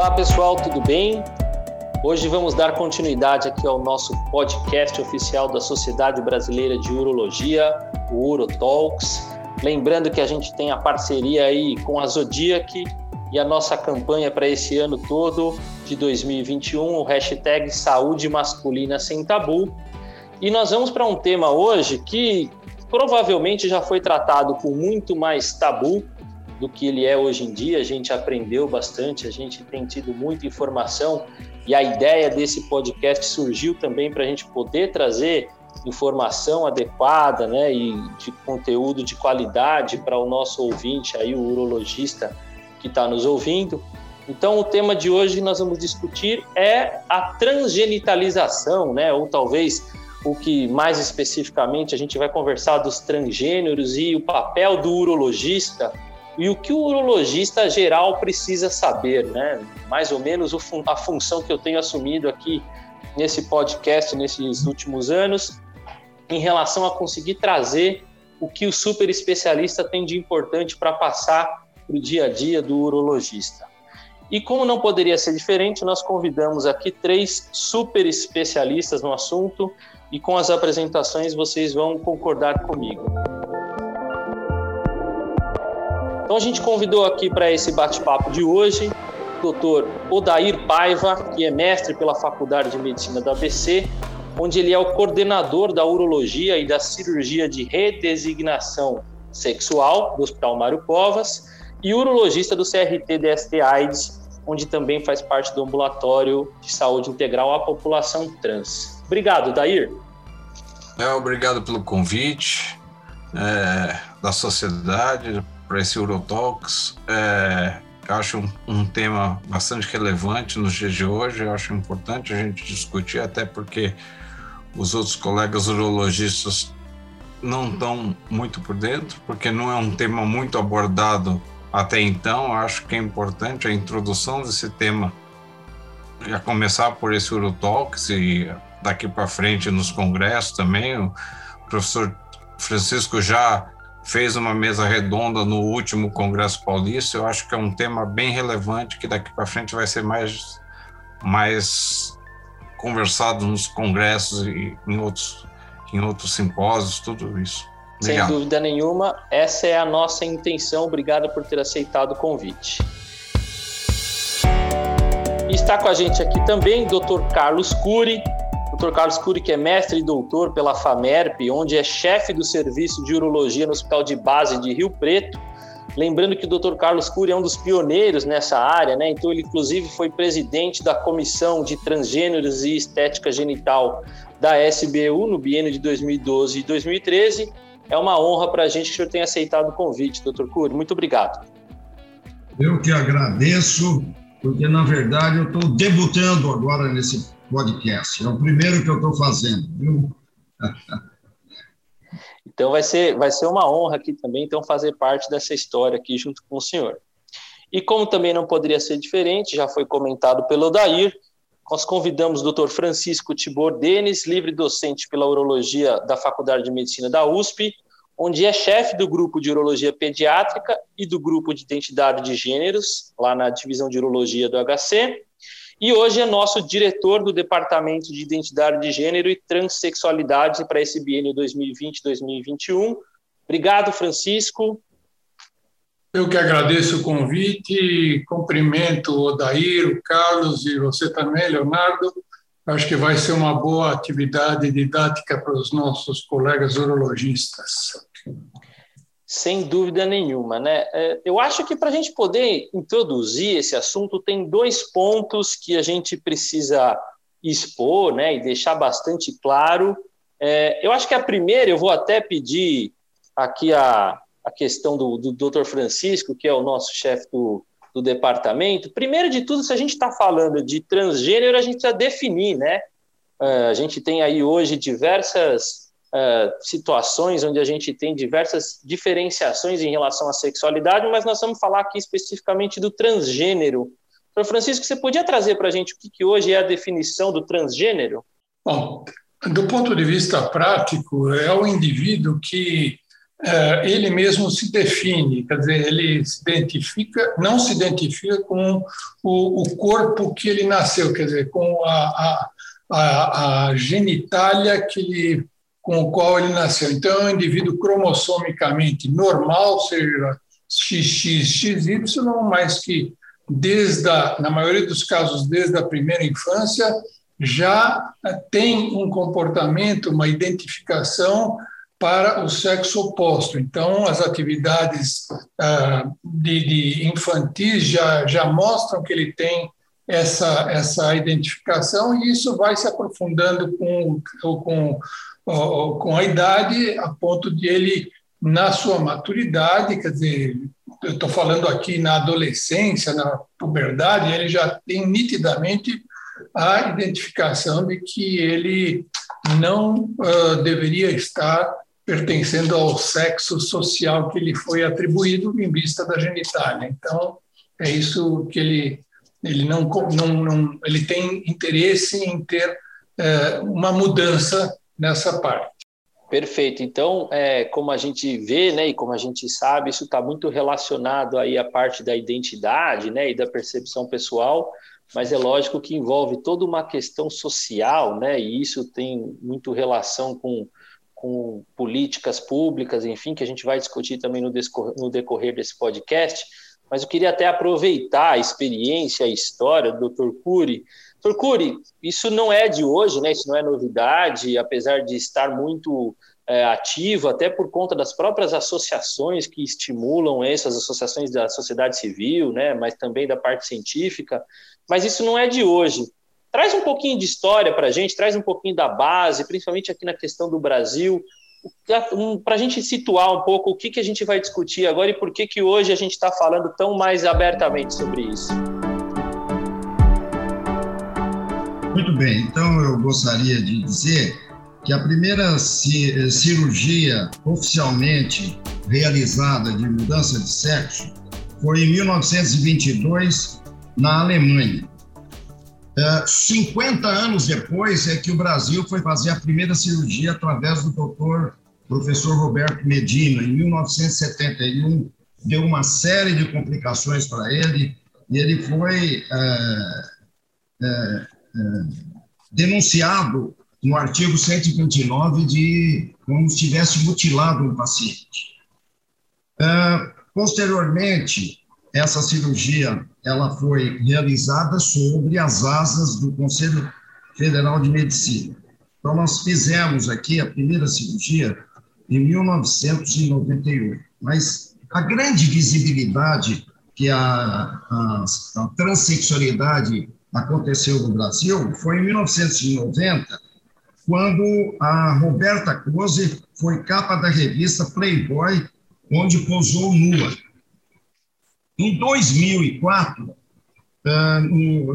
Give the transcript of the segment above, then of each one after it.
Olá pessoal, tudo bem? Hoje vamos dar continuidade aqui ao nosso podcast oficial da Sociedade Brasileira de Urologia, o UroTalks. Lembrando que a gente tem a parceria aí com a Zodiac e a nossa campanha para esse ano todo de 2021, o hashtag Saúde Masculina Sem Tabu. E nós vamos para um tema hoje que provavelmente já foi tratado com muito mais tabu do que ele é hoje em dia. A gente aprendeu bastante, a gente tem tido muita informação e a ideia desse podcast surgiu também para a gente poder trazer informação adequada, né, e de conteúdo de qualidade para o nosso ouvinte, aí, o urologista que está nos ouvindo. Então, o tema de hoje que nós vamos discutir é a transgenitalização, né, ou talvez o que mais especificamente a gente vai conversar dos transgêneros e o papel do urologista e o que o urologista geral precisa saber, né? Mais ou menos a função que eu tenho assumido aqui nesse podcast, nesses últimos anos, em relação a conseguir trazer o que o super especialista tem de importante para passar para o dia a dia do urologista. E como não poderia ser diferente, nós convidamos aqui 3 super especialistas no assunto e com as apresentações vocês vão concordar comigo. Então a gente convidou aqui para esse bate-papo de hoje o Dr. Odair Paiva, que é mestre pela Faculdade de Medicina da ABC, onde ele é o coordenador da urologia e da cirurgia de redesignação sexual do Hospital Mário Covas e urologista do CRT-DST-AIDS, onde também faz parte do ambulatório de saúde integral à população trans. Obrigado, Odair. Obrigado pelo convite da sociedade para esse UroTalks. Eu acho um tema bastante relevante nos dias de hoje. Eu acho importante a gente discutir, até porque os outros colegas urologistas não estão muito por dentro, porque não é um tema muito abordado até então. Eu acho que é importante a introdução desse tema, a começar por esse UroTalks e daqui para frente nos congressos também. O professor Francisco já fez uma mesa redonda no último Congresso Paulista. Eu acho que é um tema bem relevante que daqui para frente vai ser mais conversado nos congressos e em outros simpósios, tudo isso. Obrigado. Sem dúvida nenhuma, essa é a nossa intenção. Obrigado por ter aceitado o convite. E está com a gente aqui também o Dr. Carlos Cury. Dr. Carlos Cury, que é mestre e doutor pela FAMERP, onde é chefe do serviço de urologia no Hospital de Base de Rio Preto. Lembrando que o Dr. Carlos Cury é um dos pioneiros nessa área, né? Então ele inclusive foi presidente da Comissão de Transgêneros e Estética Genital da SBU no biênio de 2012 e 2013. É uma honra para a gente que o senhor tenha aceitado o convite, Dr. Cury. Muito obrigado. Eu que agradeço, porque na verdade eu estou debutando agora nesse podcast. É o primeiro que eu estou fazendo, viu? Então vai ser uma honra aqui também, então, fazer parte dessa história aqui junto com o senhor. E como também não poderia ser diferente, já foi comentado pelo Odair, nós convidamos o Dr. Francisco Tibor Denis, livre docente pela urologia da Faculdade de Medicina da USP, onde é chefe do grupo de urologia pediátrica e do grupo de identidade de gêneros, lá na divisão de urologia do HC, e hoje é nosso diretor do Departamento de Identidade de Gênero e Transsexualidade para esse biênio 2020-2021. Obrigado, Francisco. Eu que agradeço o convite, cumprimento o Odair, o Carlos e você também, Leonardo. Acho que vai ser uma boa atividade didática para os nossos colegas urologistas. Sem dúvida nenhuma, né? Eu acho que para a gente poder introduzir esse assunto, tem 2 pontos que a gente precisa expor, né, e deixar bastante claro. Eu acho que a primeira, eu vou até pedir aqui a questão do Dr. Francisco, que é o nosso chefe do departamento. Primeiro de tudo, se a gente está falando de transgênero, a gente precisa definir, né? A gente tem aí hoje diversas situações onde a gente tem diversas diferenciações em relação à sexualidade, mas nós vamos falar aqui especificamente do transgênero. Então, Francisco, você podia trazer para a gente o que hoje é a definição do transgênero? Bom, do ponto de vista prático, é um indivíduo que ele mesmo se define, quer dizer, ele não se identifica com o corpo que ele nasceu, quer dizer, com a genitália com o qual ele nasceu. Então, é um indivíduo cromossomicamente normal, seja XX, XY, mas que, na maioria dos casos, desde a primeira infância, já tem um comportamento, uma identificação para o sexo oposto. Então, as atividades de infantis já mostram que ele tem essa identificação, e isso vai se aprofundando com a idade, a ponto de ele, na sua maturidade, quer dizer, eu estou falando aqui na adolescência, na puberdade, ele já tem nitidamente a identificação de que ele não deveria estar pertencendo ao sexo social que lhe foi atribuído em vista da genitália. Então, é isso que ele tem interesse em ter uma mudança nessa parte. Perfeito. Então, como a gente vê, né, e como a gente sabe, isso está muito relacionado aí à parte da identidade, né, e da percepção pessoal, mas é lógico que envolve toda uma questão social, né, e isso tem muito relação com políticas públicas, enfim, que a gente vai discutir também no decorrer desse podcast. Mas eu queria até aproveitar a experiência, a história do Dr. Cury. Dr. Cury, isso não é de hoje, né? Isso não é novidade, apesar de estar muito ativo, até por conta das próprias associações que estimulam essas associações da sociedade civil, né? Mas também da parte científica. Mas isso não é de hoje. Traz um pouquinho de história para a gente, traz um pouquinho da base, principalmente aqui na questão do Brasil, para a gente situar um pouco o que a gente vai discutir agora e por que hoje a gente está falando tão mais abertamente sobre isso. Muito bem, então eu gostaria de dizer que a primeira cirurgia oficialmente realizada de mudança de sexo foi em 1922, na Alemanha. 50 anos depois é que o Brasil foi fazer a primeira cirurgia através do professor Roberto Medina. Em 1971, deu uma série de complicações para ele e ele foi denunciado no artigo 129 de como se tivesse mutilado um paciente. Posteriormente, essa cirurgia ela foi realizada sobre as asas do Conselho Federal de Medicina. Então, nós fizemos aqui a primeira cirurgia em 1998. Mas a grande visibilidade que a transexualidade aconteceu no Brasil foi em 1990, quando a Roberta Close foi capa da revista Playboy, onde posou nua. Em 2004, no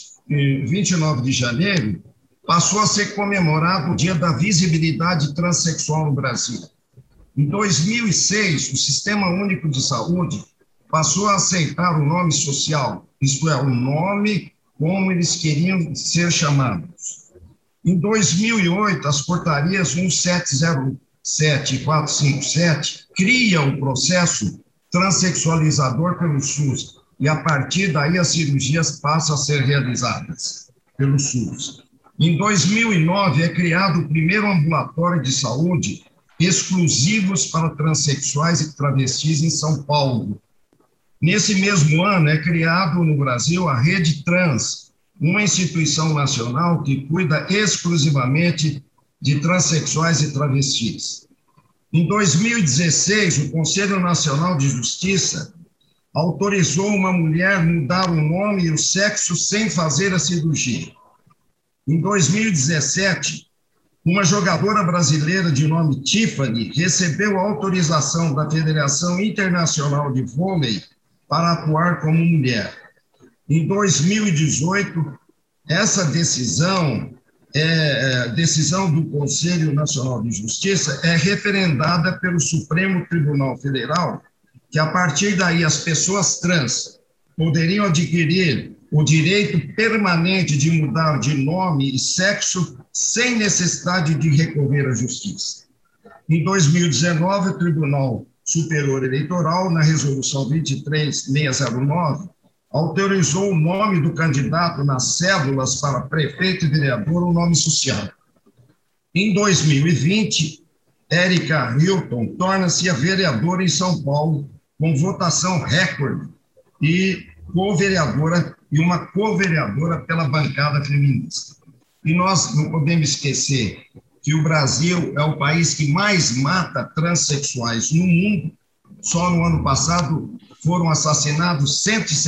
29 de janeiro, passou a ser comemorado o Dia da Visibilidade Transsexual no Brasil. Em 2006, o Sistema Único de Saúde passou a aceitar o nome social, isto é, o nome como eles queriam ser chamados. Em 2008, as portarias 1707 e 457 criam o processo transexualizador pelo SUS, e a partir daí as cirurgias passam a ser realizadas pelo SUS. Em 2009 é criado o primeiro ambulatório de saúde exclusivos para transexuais e travestis em São Paulo. Nesse mesmo ano é criado no Brasil a Rede Trans, uma instituição nacional que cuida exclusivamente de transexuais e travestis. Em 2016, o Conselho Nacional de Justiça autorizou uma mulher mudar o nome e o sexo sem fazer a cirurgia. Em 2017, uma jogadora brasileira de nome Tiffany recebeu a autorização da Federação Internacional de Vôlei para atuar como mulher. Em 2018, essa decisão do Conselho Nacional de Justiça é referendada pelo Supremo Tribunal Federal, que a partir daí as pessoas trans poderiam adquirir o direito permanente de mudar de nome e sexo sem necessidade de recorrer à justiça. Em 2019, o Tribunal Superior Eleitoral, na Resolução 23609, autorizou o nome do candidato nas cédulas para prefeito e vereador, o nome social. Em 2020, Érica Hilton torna-se a vereadora em São Paulo, com votação recorde, e co-vereadora e uma co-vereadora pela bancada feminista. E nós não podemos esquecer que o Brasil é o país que mais mata transexuais no mundo. Só no ano passado foram assassinados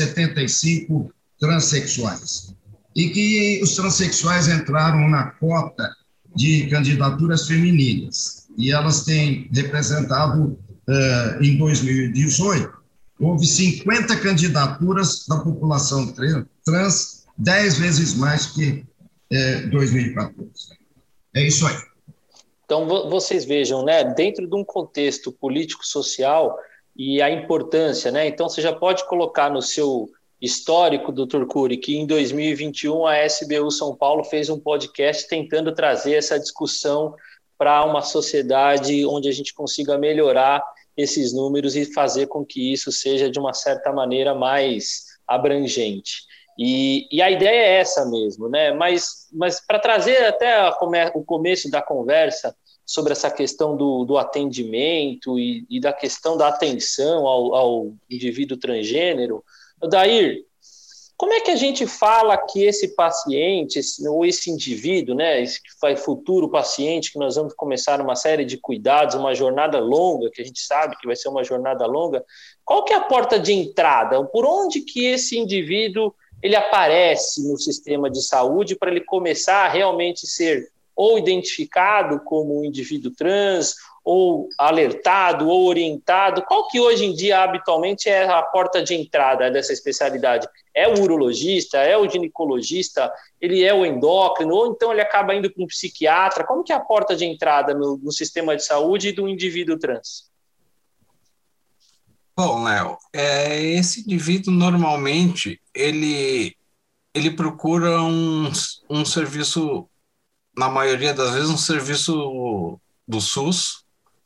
175 transexuais. E que os transexuais entraram na cota de candidaturas femininas. E elas têm representado, em 2018, houve 50 candidaturas da população trans, 10 vezes mais que 2014. É isso aí. Então, vocês vejam, né, dentro de um contexto político-social e a importância, né, então você já pode colocar no seu histórico, doutor Cury, que em 2021 a SBU São Paulo fez um podcast tentando trazer essa discussão para uma sociedade onde a gente consiga melhorar esses números e fazer com que isso seja, de uma certa maneira, mais abrangente. E a ideia é essa mesmo, né? Mas para trazer até o começo da conversa sobre essa questão do atendimento e da questão da atenção ao indivíduo transgênero, Odair, como é que a gente fala que esse paciente, ou esse indivíduo, né, esse futuro paciente, que nós vamos começar uma série de cuidados, uma jornada longa, que a gente sabe que vai ser uma jornada longa, qual que é a porta de entrada? Por onde que esse indivíduo ele aparece no sistema de saúde para ele começar a realmente ser ou identificado como um indivíduo trans, ou alertado, ou orientado? Qual que hoje em dia, habitualmente, é a porta de entrada dessa especialidade? É o urologista, é o ginecologista, ele é o endócrino, ou então ele acaba indo para um psiquiatra? Como que é a porta de entrada no sistema de saúde do indivíduo trans? Bom, Léo, esse indivíduo normalmente ele procura um serviço, na maioria das vezes, um serviço do SUS,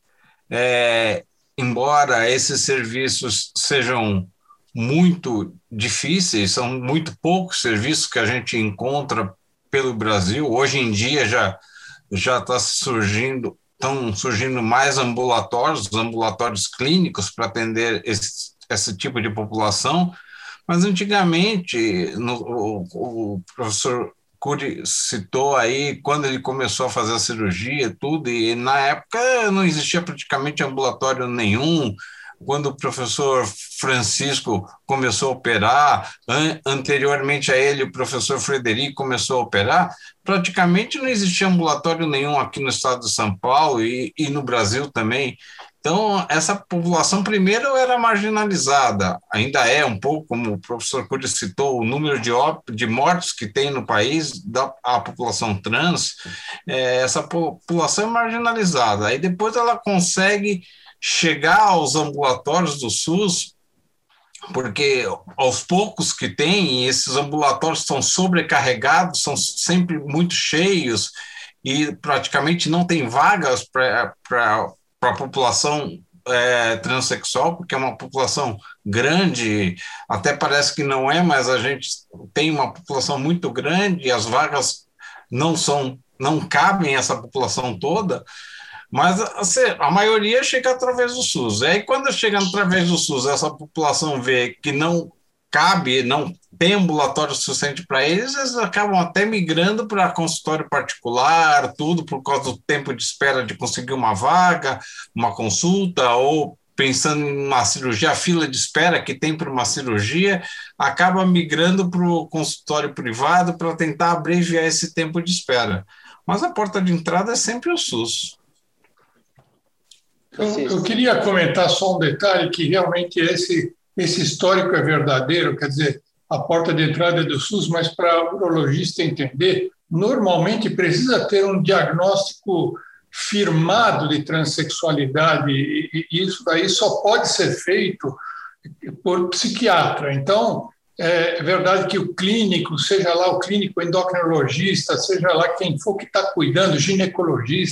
embora esses serviços sejam muito difíceis, são muito poucos serviços que a gente encontra pelo Brasil. Hoje em dia já estão surgindo mais ambulatórios clínicos para atender esse tipo de população, mas antigamente, o professor Cury citou aí, quando ele começou a fazer a cirurgia, tudo, e na época não existia praticamente ambulatório nenhum. Quando o professor Francisco começou a operar, anteriormente a ele o professor Frederico começou a operar, praticamente não existia ambulatório nenhum aqui no estado de São Paulo e no Brasil também. Então, essa população, primeiro, era marginalizada, ainda é um pouco, como o professor Cury citou, o número de mortes que tem no país, a população trans, essa população é marginalizada. Aí depois ela consegue chegar aos ambulatórios do SUS, porque aos poucos que tem, esses ambulatórios são sobrecarregados, são sempre muito cheios e praticamente não tem vagas para a população transexual, porque é uma população grande, até parece que não é, mas a gente tem uma população muito grande e as vagas não cabem a essa população toda, mas assim, a maioria chega através do SUS. E aí, quando chega através do SUS, essa população vê que não cabe, não tem ambulatório suficiente para eles acabam até migrando para consultório particular, tudo por causa do tempo de espera de conseguir uma vaga, uma consulta, ou pensando em uma cirurgia, a fila de espera que tem para uma cirurgia, acaba migrando para o consultório privado para tentar abreviar esse tempo de espera. Mas a porta de entrada é sempre o SUS. Eu queria comentar só um detalhe, que realmente esse histórico é verdadeiro, quer dizer, a porta de entrada é do SUS, mas para o urologista entender, normalmente precisa ter um diagnóstico firmado de transexualidade, e isso daí só pode ser feito por psiquiatra. Então, é verdade que o clínico, seja lá o clínico endocrinologista, seja lá quem for que está cuidando, ginecologista,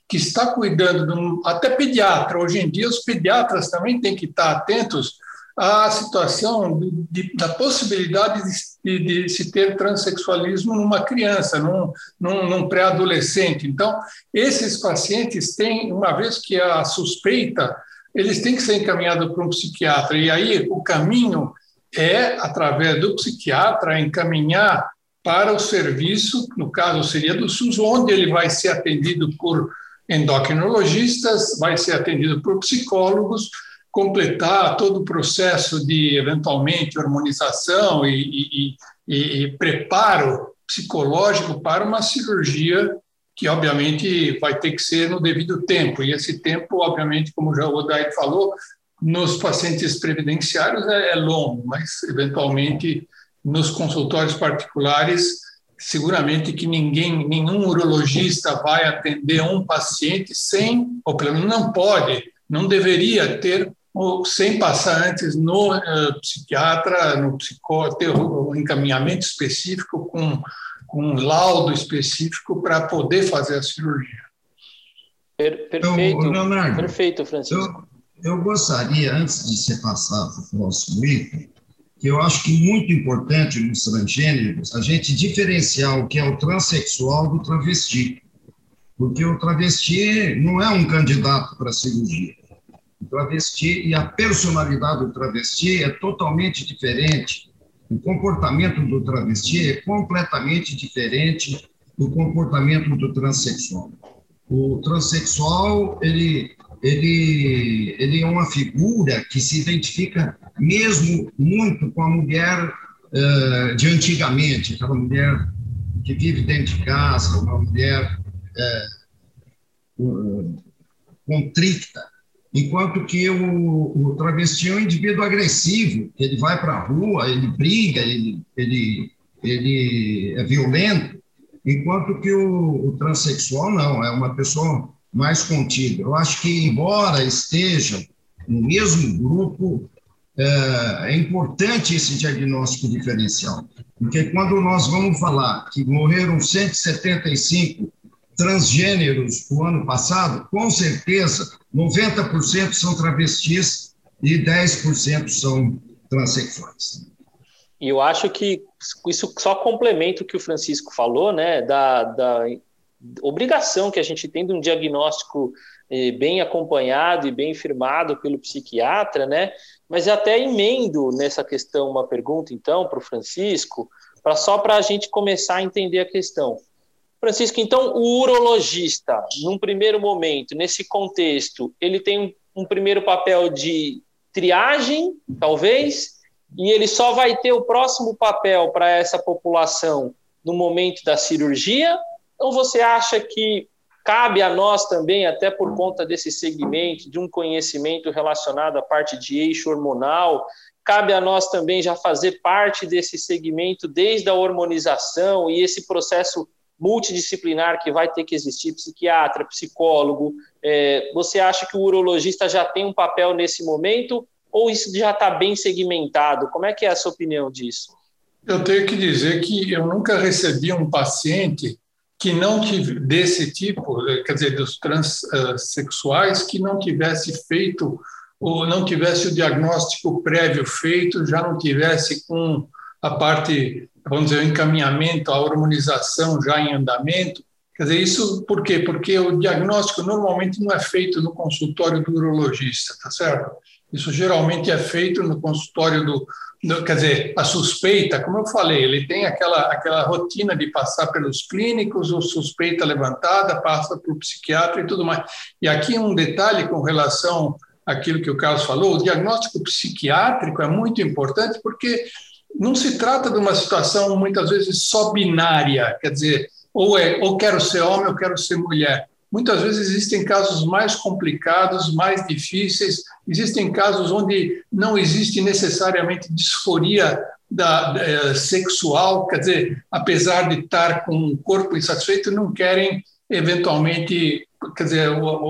que está cuidando, até pediatra, hoje em dia os pediatras também têm que estar atentos à situação da possibilidade de se ter transexualismo numa criança, num pré-adolescente. Então, esses pacientes têm, uma vez que a suspeita, eles têm que ser encaminhados para um psiquiatra, e aí o caminho é, através do psiquiatra, encaminhar para o serviço, no caso seria do SUS, onde ele vai ser atendido por endocrinologistas, vai ser atendido por psicólogos, completar todo o processo de, eventualmente, hormonização e preparo psicológico para uma cirurgia que, obviamente, vai ter que ser no devido tempo. E esse tempo, obviamente, como já o Odair falou, nos pacientes previdenciários é longo, mas, eventualmente, nos consultórios particulares, seguramente que nenhum urologista vai atender um paciente sem, ou pelo menos não pode, não deveria ter, sem passar antes no psiquiatra, no psicólogo, ter um encaminhamento específico com um laudo específico para poder fazer a cirurgia. Perfeito, então, Leonardo, perfeito, Francisco. Eu gostaria, antes de você passar para o próximo item, que eu acho que muito importante nos transgêneros, a gente diferenciar o que é o transexual do travesti, porque o travesti não é um candidato para cirurgia. O travesti e a personalidade do travesti é totalmente diferente. O comportamento do travesti é completamente diferente do comportamento do transexual. O transexual, ele é uma figura que se identifica mesmo muito com a mulher de antigamente, aquela mulher que vive dentro de casa, uma mulher contrita, enquanto que o travesti é um indivíduo agressivo, ele vai para a rua, ele briga, ele é violento, enquanto que o transexual não, é uma pessoa mais contida. Eu acho que, embora estejam no mesmo grupo, é importante esse diagnóstico diferencial, porque quando nós vamos falar que morreram 175 transgêneros no ano passado, com certeza 90% são travestis e 10% são transexuais. E eu acho que isso só complementa o que o Francisco falou, né, da obrigação que a gente tem de um diagnóstico bem acompanhado e bem firmado pelo psiquiatra, né? Mas até emendo nessa questão uma pergunta, então, para o Francisco, só para a gente começar a entender a questão. Francisco, então, o urologista, num primeiro momento, nesse contexto, ele tem um primeiro papel de triagem, talvez, e ele só vai ter o próximo papel para essa população no momento da cirurgia? Ou você acha que cabe a nós também, até por conta desse segmento, de um conhecimento relacionado à parte de eixo hormonal, cabe a nós também já fazer parte desse segmento desde a hormonização e esse processo multidisciplinar que vai ter que existir, psiquiatra, psicólogo? Você acha que o urologista já tem um papel nesse momento ou isso já está bem segmentado? Como é que é a sua opinião disso? Eu tenho que dizer que eu nunca recebi um paciente que não tive desse tipo, quer dizer, dos transexuais, que não tivesse feito ou não tivesse o diagnóstico prévio feito, já não tivesse com a parte, vamos dizer, o encaminhamento, a hormonização já em andamento. Quer dizer, isso por quê? Porque o diagnóstico normalmente não é feito no consultório do urologista, tá certo? Isso geralmente é feito no consultório quer dizer, a suspeita, como eu falei, ele tem aquela rotina de passar pelos clínicos, o suspeita levantada, passa para o psiquiatra e tudo mais. E aqui um detalhe com relação àquilo que o Carlos falou, o diagnóstico psiquiátrico é muito importante porque não se trata de uma situação muitas vezes só binária, quer dizer, ou quero ser homem ou quero ser mulher. Muitas vezes existem casos mais complicados, mais difíceis, existem casos onde não existe necessariamente disforia sexual, quer dizer, apesar de estar com um corpo insatisfeito, não querem eventualmente, quer dizer,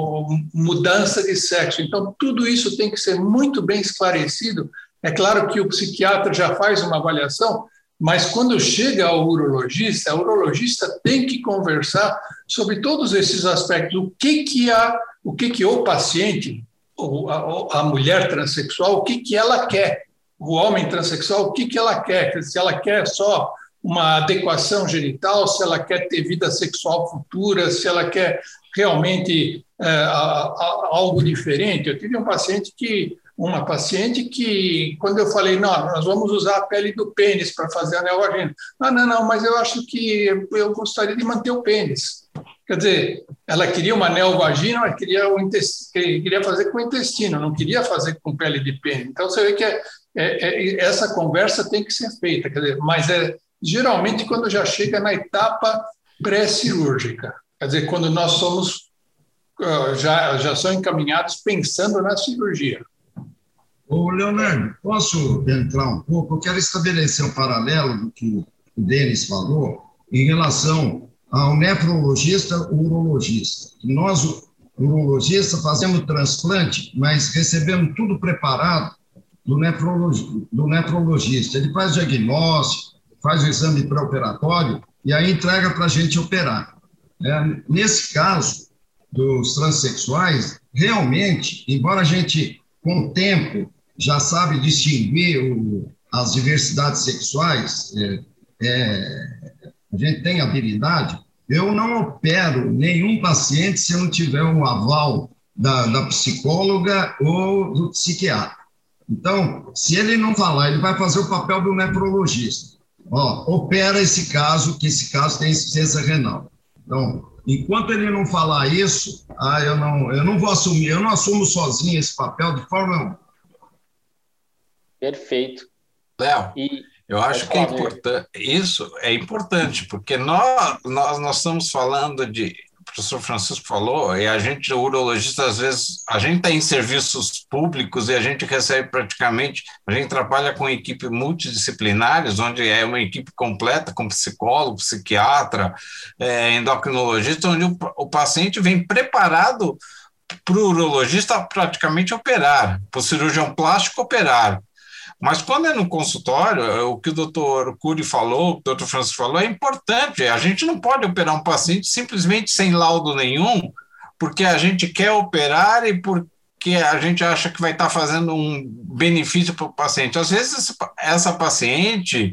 mudança de sexo. Então, tudo isso tem que ser muito bem esclarecido. É claro que o psiquiatra já faz uma avaliação, Mas quando chega ao urologista, o urologista tem que conversar sobre todos esses aspectos. O que o paciente, a mulher transexual, o que ela quer? O homem transexual, o que ela quer? Se ela quer só uma adequação genital, se ela quer ter vida sexual futura, se ela quer realmente algo diferente. Eu tive uma paciente que, quando eu falei, não, nós vamos usar a pele do pênis para fazer a neovagina. Não, mas eu acho que eu gostaria de manter o pênis. Quer dizer, ela queria uma neovagina, mas queria fazer com o intestino, não queria fazer com pele de pênis. Então, você vê que essa conversa tem que ser feita, quer dizer, mas geralmente quando já chega na etapa pré-cirúrgica, quer dizer, quando nós somos já são encaminhados pensando na cirurgia. Ô, Leonardo, posso entrar um pouco? Eu quero estabelecer um paralelo do que o Denis falou em relação ao nefrologista, o urologista. Nós, urologistas, fazemos transplante, mas recebemos tudo preparado do nefrologista. Ele faz o diagnóstico, faz o exame pré-operatório e aí entrega para a gente operar. Nesse caso dos transexuais, realmente, embora a gente, com o tempo, já sabe distinguir as diversidades sexuais, a gente tem habilidade, eu não opero nenhum paciente se eu não tiver um aval da psicóloga ou do psiquiatra. Então, se ele não falar, ele vai fazer o papel do nefrologista. Opera esse caso, que esse caso tem insuficiência renal. Então, enquanto ele não falar isso, eu não vou assumir, eu não assumo sozinho esse papel de forma nenhuma. Perfeito. Léo, eu acho que isso é importante, porque nós estamos falando o professor Francisco falou, e a gente, o urologista, às vezes, a gente está em serviços públicos e a gente recebe a gente trabalha com equipe multidisciplinares, onde é uma equipe completa, com psicólogo, psiquiatra, endocrinologista, onde o paciente vem preparado para o urologista praticamente operar, para o cirurgião plástico operar. Mas quando é no consultório, o que o doutor Cury falou, o doutor Francisco falou, é importante. A gente não pode operar um paciente simplesmente sem laudo nenhum, porque a gente quer operar e porque a gente acha que vai estar fazendo um benefício para o paciente. Às vezes, essa paciente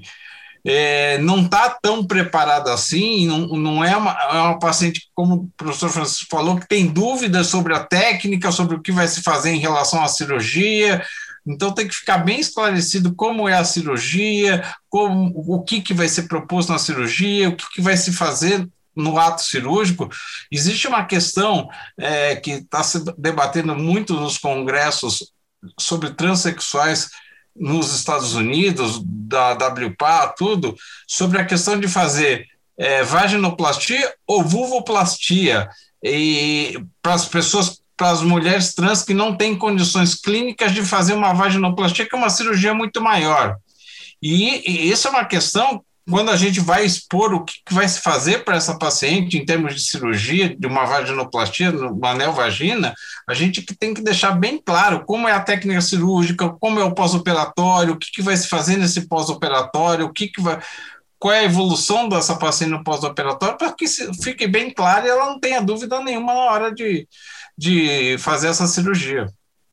não está tão preparada assim, não é uma paciente, como o professor Francisco falou, que tem dúvidas sobre a técnica, sobre o que vai se fazer em relação à cirurgia. Então, tem que ficar bem esclarecido como é a cirurgia, o que vai ser proposto na cirurgia, o que vai se fazer no ato cirúrgico. Existe uma questão que está se debatendo muito nos congressos sobre transexuais nos Estados Unidos, da WPA, tudo, sobre a questão de fazer vaginoplastia ou vulvoplastia, e para as pessoas, para as mulheres trans que não têm condições clínicas de fazer uma vaginoplastia, que é uma cirurgia muito maior. E isso é uma questão, quando a gente vai expor o que vai se fazer para essa paciente em termos de cirurgia, de uma vaginoplastia, uma neovagina, a gente tem que deixar bem claro como é a técnica cirúrgica, como é o pós-operatório, o que vai se fazer nesse pós-operatório, qual é a evolução dessa paciente no pós-operatório, para que fique bem claro e ela não tenha dúvida nenhuma na hora de fazer essa cirurgia.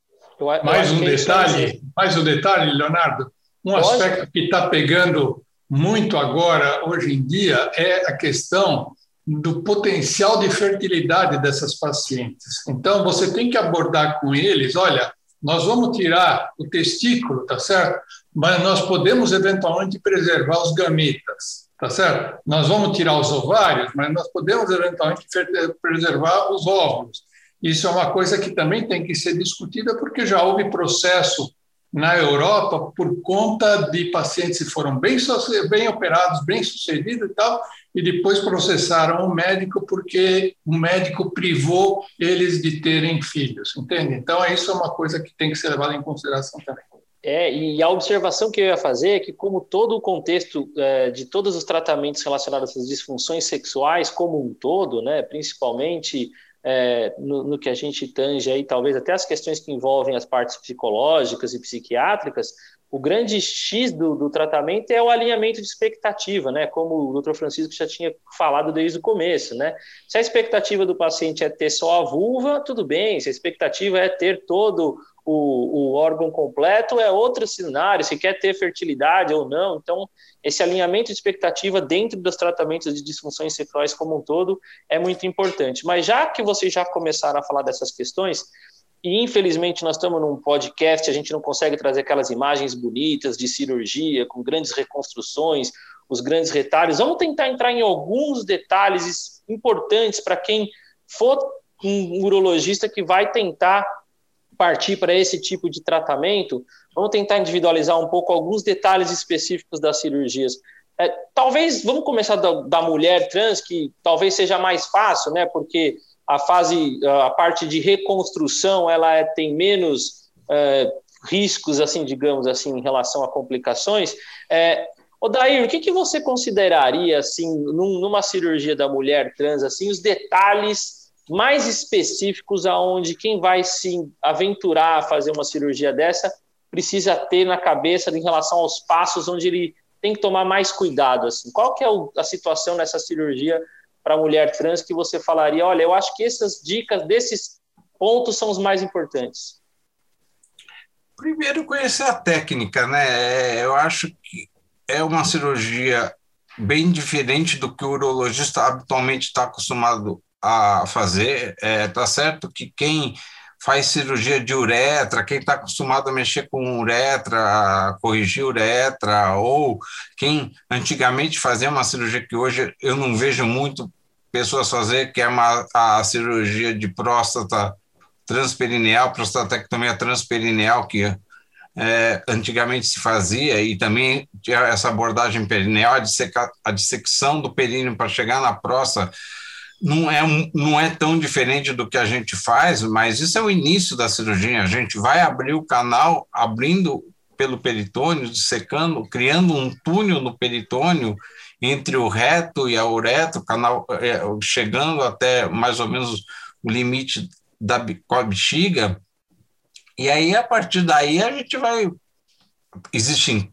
Mais um detalhe, Leonardo, aspecto que está pegando muito agora, hoje em dia, é a questão do potencial de fertilidade dessas pacientes. Então, você tem que abordar com eles, olha, nós vamos tirar o testículo, tá certo? Mas nós podemos eventualmente preservar os gametas, tá certo? Nós vamos tirar os ovários, mas nós podemos eventualmente preservar os óvulos. Isso é uma coisa que também tem que ser discutida, porque já houve processo na Europa por conta de pacientes que foram bem operados, bem sucedidos e tal, e depois processaram o médico porque o médico privou eles de terem filhos, entende? Então, isso é uma coisa que tem que ser levada em consideração também. E a observação que eu ia fazer é que, como todo o contexto de todos os tratamentos relacionados a essas disfunções sexuais como um todo, né, principalmente no que a gente tange aí, talvez até as questões que envolvem as partes psicológicas e psiquiátricas, o grande X do tratamento é o alinhamento de expectativa, né? Como o Dr. Francisco já tinha falado desde o começo, né? Se a expectativa do paciente é ter só a vulva, tudo bem. Se a expectativa é ter todo o órgão completo, é outro cenário. Se quer ter fertilidade ou não. Então, esse alinhamento de expectativa dentro dos tratamentos de disfunções sexuais como um todo é muito importante. Mas já que vocês já começaram a falar dessas questões, e infelizmente nós estamos num podcast, a gente não consegue trazer aquelas imagens bonitas de cirurgia, com grandes reconstruções, os grandes retalhos. Vamos tentar entrar em alguns detalhes importantes para quem for um urologista que vai tentar partir para esse tipo de tratamento. Vamos tentar individualizar um pouco alguns detalhes específicos das cirurgias. Talvez, vamos começar da mulher trans, que talvez seja mais fácil, né? Porque a parte de reconstrução, ela tem menos riscos, assim, digamos assim, em relação a complicações. Odair, o que você consideraria, assim, numa cirurgia da mulher trans, assim, os detalhes mais específicos aonde quem vai se aventurar a fazer uma cirurgia dessa precisa ter na cabeça em relação aos passos onde ele tem que tomar mais cuidado, assim? Qual que é a situação nessa cirurgia para a mulher trans que você falaria, olha, eu acho que essas dicas desses pontos são os mais importantes? Primeiro, conhecer a técnica, né? Eu acho que é uma cirurgia bem diferente do que o urologista habitualmente está acostumado a fazer. Tá certo que quem faz cirurgia de uretra, quem está acostumado a mexer com uretra, a corrigir uretra, ou quem antigamente fazia uma cirurgia que hoje eu não vejo muito pessoas fazer, que é a cirurgia de próstata transperineal, prostatectomia transperineal, que antigamente se fazia, e também tinha essa abordagem perineal, a dissecção do períneo para chegar na próstata. Não é tão diferente do que a gente faz, mas isso é o início da cirurgia. A gente vai abrir o canal, abrindo pelo peritônio, dissecando, criando um túnel no peritônio entre o reto e a uretra, o canal chegando até mais ou menos o limite com a bexiga. E aí, a partir daí, a gente vai... Existem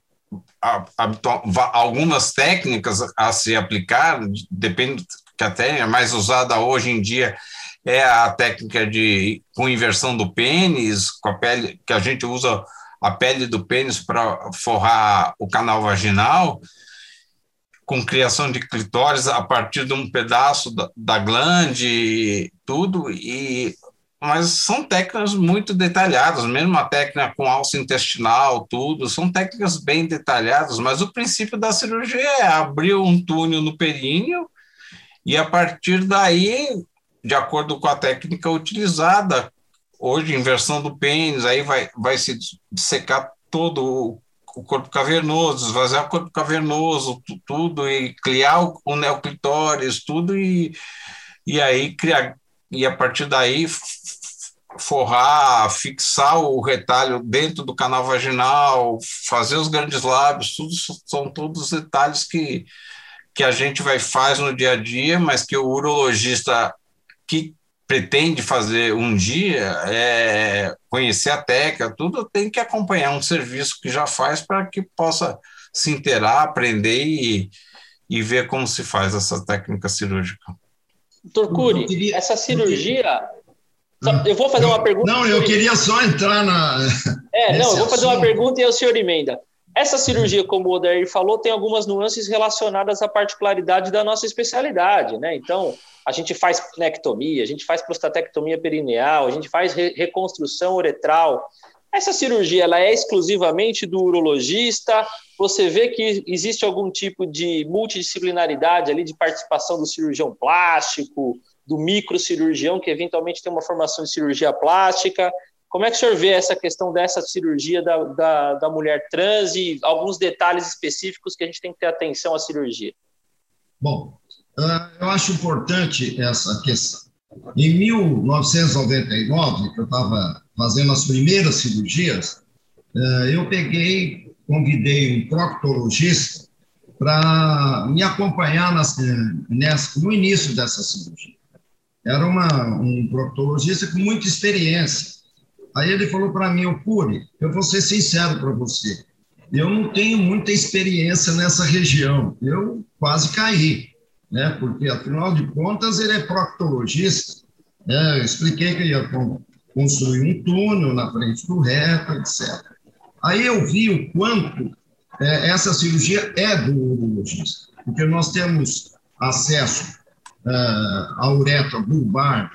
algumas técnicas a se aplicar, depende... que a técnica mais usada hoje em dia é a técnica com inversão do pênis, com a pele, que a gente usa a pele do pênis para forrar o canal vaginal, com criação de clitóris a partir de um pedaço da glande, tudo, mas são técnicas muito detalhadas, mesmo a técnica com alça intestinal, tudo, são técnicas bem detalhadas, mas o princípio da cirurgia é abrir um túnel no períneo, e a partir daí, de acordo com a técnica utilizada, hoje, inversão do pênis, aí vai se dissecar todo o corpo cavernoso, esvaziar o corpo cavernoso, tudo, e criar o neoclitóris, tudo, e aí criar, e a partir daí forrar, fixar o retalho dentro do canal vaginal, fazer os grandes lábios, tudo são todos detalhes que a gente faz no dia a dia, mas que o urologista que pretende fazer um dia, conhecer a técnica, tudo, tem que acompanhar um serviço que já faz para que possa se inteirar, aprender e ver como se faz essa técnica cirúrgica. Doutor Cury, essa cirurgia... Eu vou fazer uma pergunta... Não, eu queria só entrar eu vou fazer uma pergunta e aí o senhor emenda. Essa cirurgia, como o Odair falou, tem algumas nuances relacionadas à particularidade da nossa especialidade, né? Então, a gente faz pnectomia, a gente faz prostatectomia perineal, a gente faz reconstrução uretral. Essa cirurgia, ela é exclusivamente do urologista? Você vê que existe algum tipo de multidisciplinaridade ali, de participação do cirurgião plástico, do microcirurgião, que eventualmente tem uma formação de cirurgia plástica? Como é que o senhor vê essa questão dessa cirurgia da mulher trans e alguns detalhes específicos que a gente tem que ter atenção à cirurgia? Bom, eu acho importante essa questão. Em 1999, que eu estava fazendo as primeiras cirurgias, eu convidei um proctologista para me acompanhar no início dessa cirurgia. Era um proctologista com muita experiência. Aí ele falou para mim, Cury, eu vou ser sincero para você, eu não tenho muita experiência nessa região. Eu quase caí, né? Porque, afinal de contas, ele é proctologista. Né? Eu expliquei que ia construir um túnel na frente do reto, etc. Aí eu vi o quanto essa cirurgia é do urologista, porque nós temos acesso à uretra bulbar,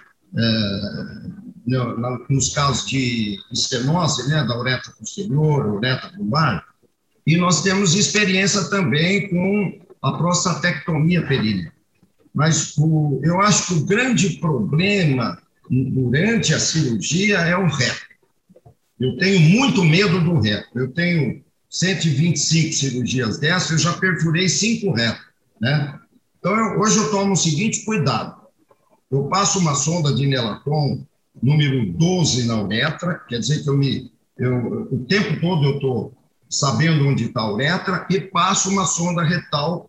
nos casos de estenose, né, da uretra posterior, uretra bulbar, e nós temos experiência também com a prostatectomia perínea. Mas eu acho que o grande problema durante a cirurgia é o reto. Eu tenho muito medo do reto. Eu tenho 125 cirurgias dessas, eu já perfurei 5 retos, né? Então, hoje eu tomo o seguinte cuidado. Eu passo uma sonda de Nelaton número 12 na uretra, quer dizer que o tempo todo eu estou sabendo onde está a uretra, e passo uma sonda retal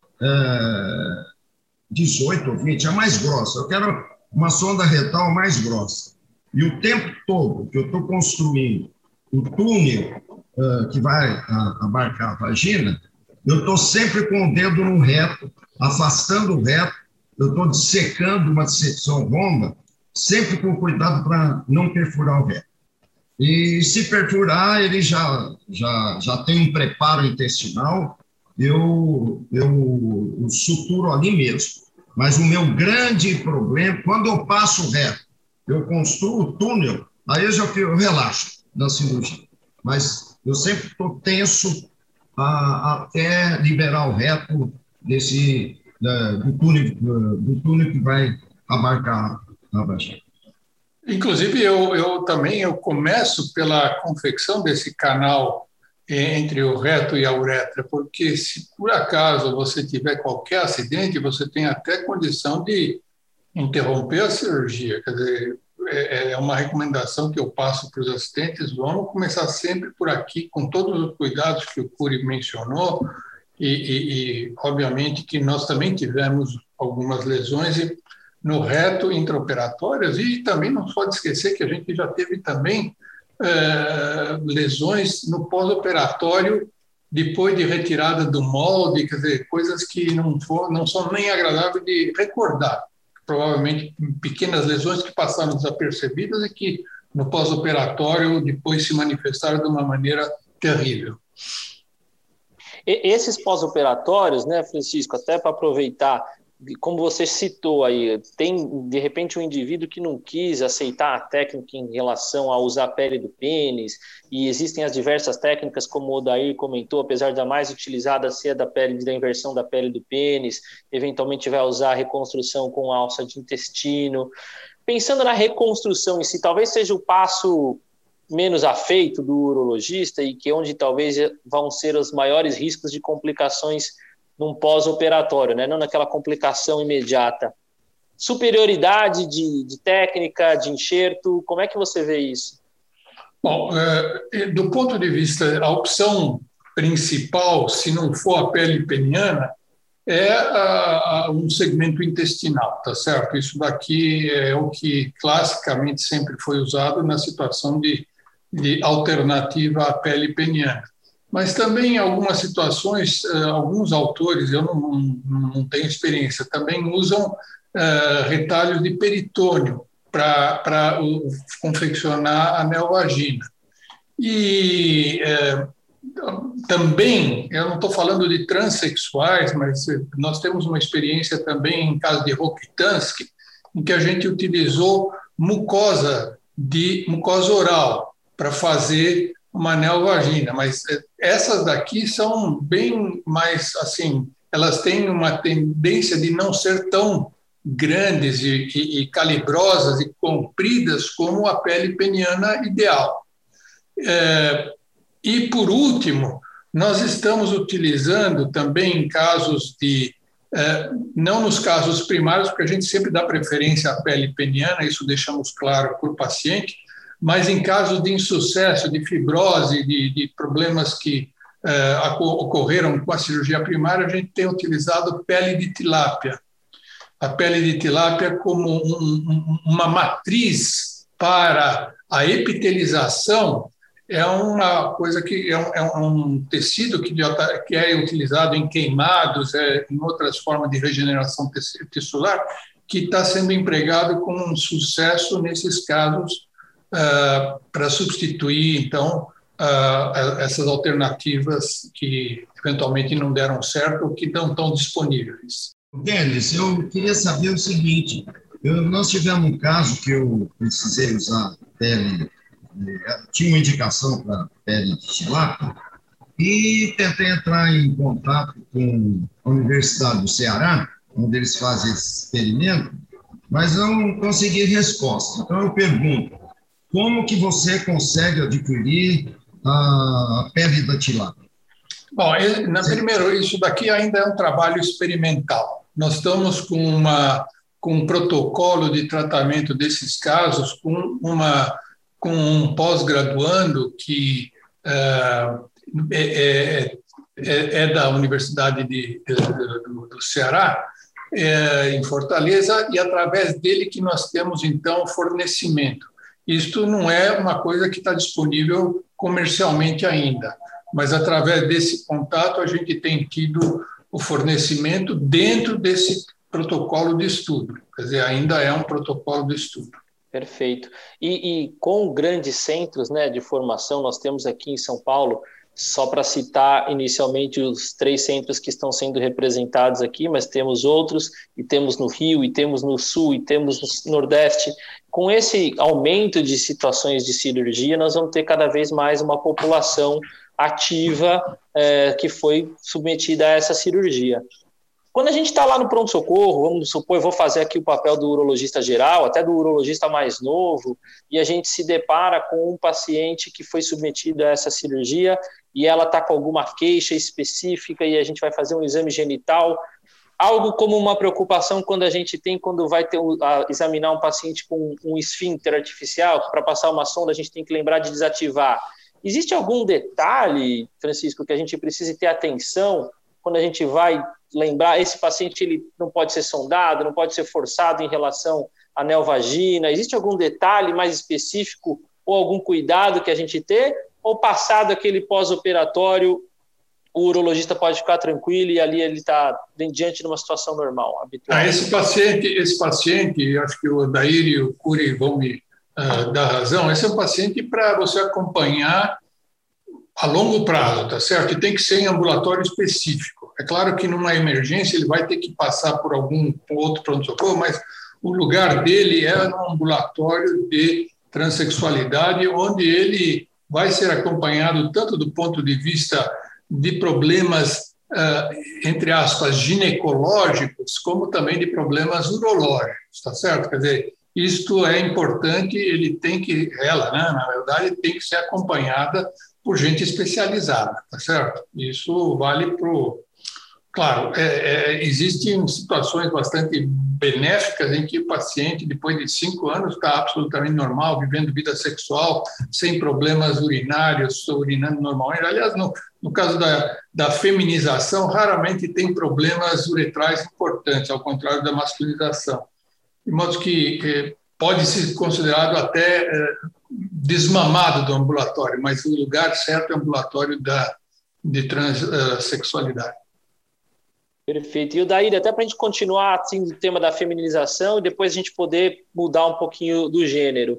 18 ou 20, a mais grossa. Eu quero uma sonda retal mais grossa. E o tempo todo que eu estou construindo o túnel que vai abarcar a vagina, eu estou sempre com o dedo no reto, afastando o reto, eu estou dissecando uma dissecção romba, sempre com cuidado para não perfurar o reto. E se perfurar, ele já tem um preparo intestinal, eu suturo ali mesmo. Mas o meu grande problema, quando eu passo o reto, eu construo o túnel, aí eu relaxo na cirurgia. Mas eu sempre estou tenso até liberar o reto do túnel que vai abarcar a vagina. Inclusive, eu começo pela confecção desse canal entre o reto e a uretra, porque se por acaso você tiver qualquer acidente, você tem até condição de interromper a cirurgia. Quer dizer, é uma recomendação que eu passo para os assistentes: vamos começar sempre por aqui, com todos os cuidados que o Cury mencionou, e obviamente que nós também tivemos algumas lesões no reto intraoperatórias, e também não pode esquecer que a gente já teve também lesões no pós-operatório depois de retirada do molde, quer dizer, coisas que não são nem agradáveis de recordar. Provavelmente pequenas lesões que passaram desapercebidas e que no pós-operatório depois se manifestaram de uma maneira terrível. Esses pós-operatórios, né, Francisco, até para aproveitar, como você citou aí, tem de repente um indivíduo que não quis aceitar a técnica em relação a usar a pele do pênis, e existem as diversas técnicas, como o Odair comentou, apesar da mais utilizada ser da inversão da pele do pênis, eventualmente vai usar a reconstrução com alça de intestino. Pensando na reconstrução em si, talvez seja o passo menos afeito do urologista e que onde talvez vão ser os maiores riscos de complicações num pós-operatório, né? Não naquela complicação imediata. Superioridade de técnica, de enxerto, como é que você vê isso? Bom, do ponto de vista, a opção principal, se não for a pele peniana, é um segmento intestinal, tá certo? Isso daqui é o que classicamente sempre foi usado na situação de alternativa à pele peniana. Mas também em algumas situações, alguns autores, eu não tenho experiência, também usam retalhos de peritônio para confeccionar a neovagina. E também, eu não estou falando de transexuais, mas nós temos uma experiência também em caso de Rokitansky, em que a gente utilizou mucosa oral para fazer uma neovagina, mas essas daqui são bem mais, assim, elas têm uma tendência de não ser tão grandes e calibrosas e compridas como a pele peniana ideal. E, por último, nós estamos utilizando também em casos não nos casos primários, porque a gente sempre dá preferência à pele peniana, isso deixamos claro por paciente, mas em casos de insucesso, de fibrose, de problemas que ocorreram com a cirurgia primária, a gente tem utilizado pele de tilápia. A pele de tilápia como uma matriz para a epitelização é uma coisa que é um tecido que é utilizado em queimados, em outras formas de regeneração tissular, que está sendo empregado com sucesso nesses casos para substituir, então, essas alternativas que eventualmente não deram certo ou que não estão disponíveis. Denis, eu queria saber o seguinte, nós tivemos um caso que eu precisei usar pele, tinha uma indicação para pele de tilápia, e tentei entrar em contato com a Universidade do Ceará, onde eles fazem esse experimento, mas não consegui resposta. Então eu pergunto, como que você consegue adquirir a pele da tilápia? Bom, primeiro, isso daqui ainda é um trabalho experimental. Nós estamos com um protocolo de tratamento desses casos com um pós-graduando que é da Universidade do Ceará, em Fortaleza, e através dele que nós temos, então, fornecimento. Isto não é uma coisa que está disponível comercialmente ainda, mas através desse contato a gente tem tido o fornecimento dentro desse protocolo de estudo. Quer dizer, ainda é um protocolo de estudo. Perfeito. E com grandes centros, né, de formação, nós temos aqui em São Paulo, só para citar inicialmente os 3 centros que estão sendo representados aqui, mas temos outros, e temos no Rio, e temos no Sul, e temos no Nordeste. Com esse aumento de situações de cirurgia, nós vamos ter cada vez mais uma população ativa que foi submetida a essa cirurgia. Quando a gente está lá no pronto-socorro, vamos supor, eu vou fazer aqui o papel do urologista geral, até do urologista mais novo, e a gente se depara com um paciente que foi submetido a essa cirurgia e ela está com alguma queixa específica e a gente vai fazer um exame genital, algo como uma preocupação quando a gente tem, quando vai examinar um paciente com um esfíncter artificial, para passar uma sonda a gente tem que lembrar de desativar. Existe algum detalhe, Francisco, que a gente precise ter atenção quando a gente vai lembrar, esse paciente ele não pode ser sondado, não pode ser forçado em relação à neovagina? Existe algum detalhe mais específico ou algum cuidado que a gente tem? Ou passado aquele pós-operatório, o urologista pode ficar tranquilo e ali ele está diante de uma situação normal, habitual? Esse paciente, acho que o Odair e o Cury vão me dar razão, esse é um paciente para você acompanhar a longo prazo, tá certo? E tem que ser em ambulatório específico. É claro que numa emergência ele vai ter que passar por algum outro pronto-socorro, mas o lugar dele é no ambulatório de transexualidade, onde ele vai ser acompanhado tanto do ponto de vista de problemas, entre aspas, ginecológicos, como também de problemas urológicos, tá certo? Quer dizer, isto é importante, ela, né, na verdade, tem que ser acompanhada por gente especializada, tá certo? Isso vale para o... Claro, existem situações bastante benéficas em que o paciente, depois de 5 anos, está absolutamente normal, vivendo vida sexual, sem problemas urinários, urinando normalmente. Aliás, no caso da feminização, raramente tem problemas uretrais importantes, ao contrário da masculinização. De modo que pode ser considerado até desmamado do ambulatório, mas o lugar certo é o ambulatório de transexualidade. Perfeito. E o Daíri, até para a gente continuar assim, no tema da feminização e depois a gente poder mudar um pouquinho do gênero.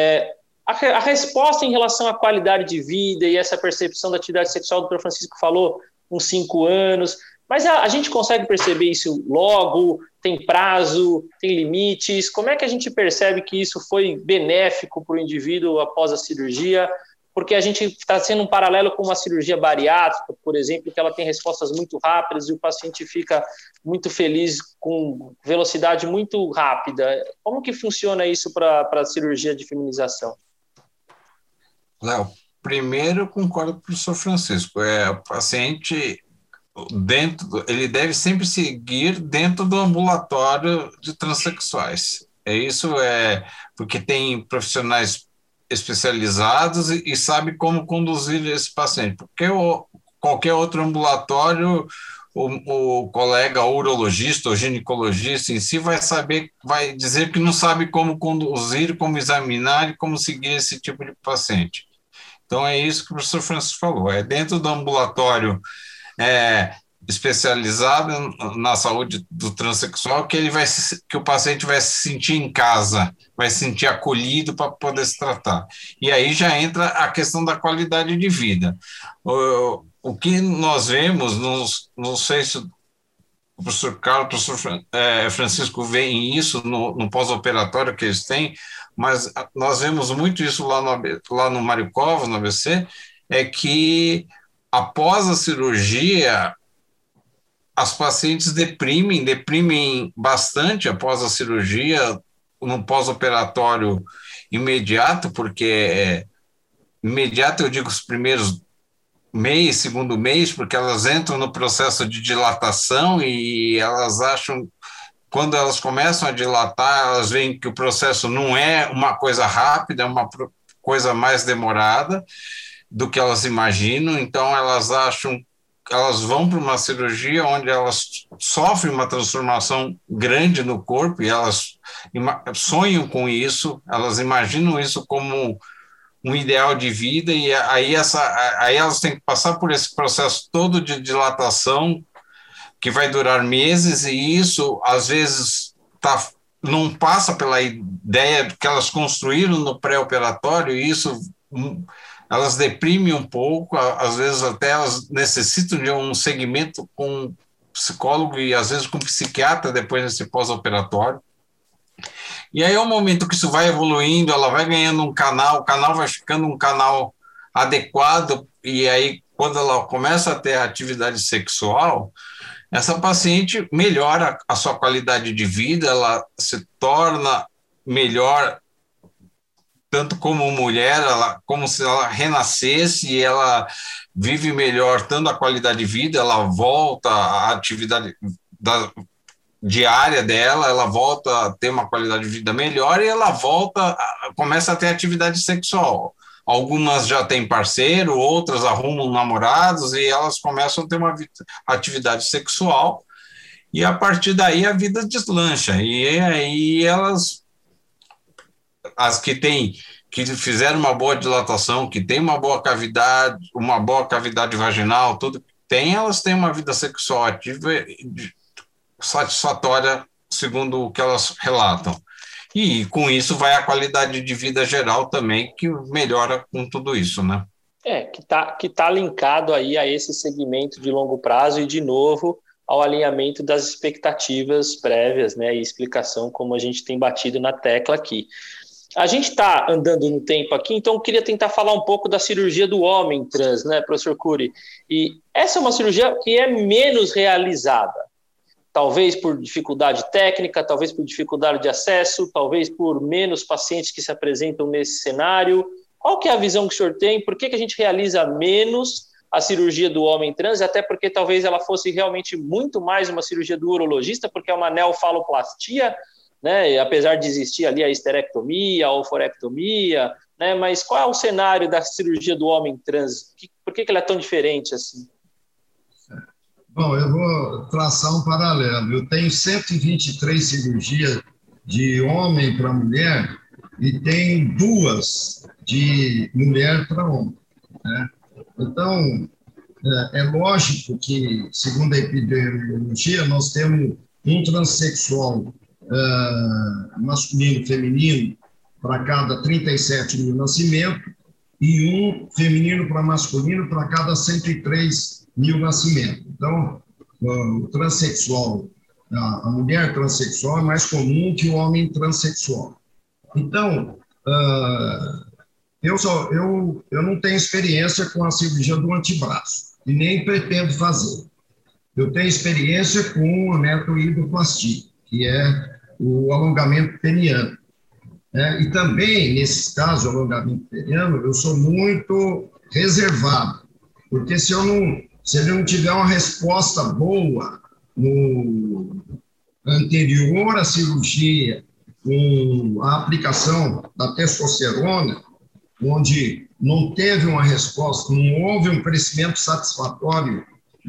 A resposta em relação à qualidade de vida e essa percepção da atividade sexual, o Dr. Francisco falou, uns 5 anos, mas a gente consegue perceber isso logo? Tem prazo? Tem limites? Como é que a gente percebe que isso foi benéfico para o indivíduo após a cirurgia? Porque a gente está sendo um paralelo com uma cirurgia bariátrica, por exemplo, que ela tem respostas muito rápidas e o paciente fica muito feliz com velocidade muito rápida. Como que funciona isso para a cirurgia de feminização? Léo, primeiro eu concordo com o professor Francisco. O paciente, ele deve sempre seguir dentro do ambulatório de transexuais. Isso porque tem profissionais especializados e sabe como conduzir esse paciente, porque qualquer outro ambulatório, o colega urologista ou ginecologista em si vai dizer que não sabe como conduzir, como examinar e como seguir esse tipo de paciente. Então, é isso que o professor Francisco falou. É dentro do ambulatório especializado na saúde do transexual que o paciente vai se sentir em casa, vai se sentir acolhido para poder se tratar. E aí já entra a questão da qualidade de vida. O que nós vemos, não sei se o professor Carlos, o professor Francisco veem isso no pós-operatório que eles têm, mas nós vemos muito isso lá no Mário Covas, no ABC, é que após a cirurgia, as pacientes deprimem bastante após a cirurgia, no pós-operatório imediato, porque imediato eu digo os primeiros mês, segundo mês, porque elas entram no processo de dilatação e elas acham, quando elas começam a dilatar, elas veem que o processo não é uma coisa rápida, é uma coisa mais demorada do que elas imaginam, então elas acham, elas vão para uma cirurgia onde elas sofrem uma transformação grande no corpo e elas sonham com isso, elas imaginam isso como um ideal de vida, e aí elas têm que passar por esse processo todo de dilatação, que vai durar meses, e isso, às vezes, não passa pela ideia que elas construíram no pré-operatório, e isso, elas deprimem um pouco, às vezes até elas necessitam de um segmento com um psicólogo e, às vezes, com um psiquiatra depois desse pós-operatório. E aí é o momento que isso vai evoluindo, ela vai ganhando um canal, o canal vai ficando um canal adequado, e aí quando ela começa a ter atividade sexual, essa paciente melhora a sua qualidade de vida, ela se torna melhor, tanto como mulher, como se ela renascesse, e ela vive melhor, tanto a qualidade de vida, ela volta à atividade diária dela, ela volta a ter uma qualidade de vida melhor e ela começa a ter atividade sexual. Algumas já têm parceiro, outras arrumam namorados e elas começam a ter uma atividade sexual, e a partir daí a vida deslancha. E aí as que fizeram uma boa dilatação, que têm uma boa cavidade vaginal, tudo que tem, elas têm uma vida sexual ativa satisfatória, segundo o que elas relatam. E com isso vai a qualidade de vida geral também, que melhora com tudo isso, né? Que tá linkado aí a esse segmento de longo prazo e, de novo, ao alinhamento das expectativas prévias, né, e explicação, como a gente tem batido na tecla aqui. A gente está andando no tempo aqui, então eu queria tentar falar um pouco da cirurgia do homem trans, né, professor Cury? E essa é uma cirurgia que é menos realizada. Talvez por dificuldade técnica, talvez por dificuldade de acesso, talvez por menos pacientes que se apresentam nesse cenário. Qual que é a visão que o senhor tem? Por que a gente realiza menos a cirurgia do homem trans? Até porque talvez ela fosse realmente muito mais uma cirurgia do urologista, porque é uma neofaloplastia, né? E apesar de existir ali a esterectomia, a oforectomia, né? Mas qual é o cenário da cirurgia do homem trans? Por que ela é tão diferente assim? Bom, eu vou traçar um paralelo. Eu tenho 123 cirurgias de homem para mulher e tenho 2 de mulher para homem, né? Então, é lógico que, segundo a epidemiologia, nós temos um transexual masculino e feminino para cada 37 mil nascimentos e um feminino para masculino para cada 103 mil nascimentos. Então, o transexual, a mulher transexual é mais comum que o homem transexual. Então, eu não tenho experiência com a cirurgia do antebraço e nem pretendo fazer. Eu tenho experiência com a metoidoplastia, que é o alongamento peniano. E também, nesses casos, o alongamento peniano, eu sou muito reservado, porque se ele não tiver uma resposta boa no anterior à cirurgia, com a aplicação da testosterona, onde não teve uma resposta, não houve um crescimento satisfatório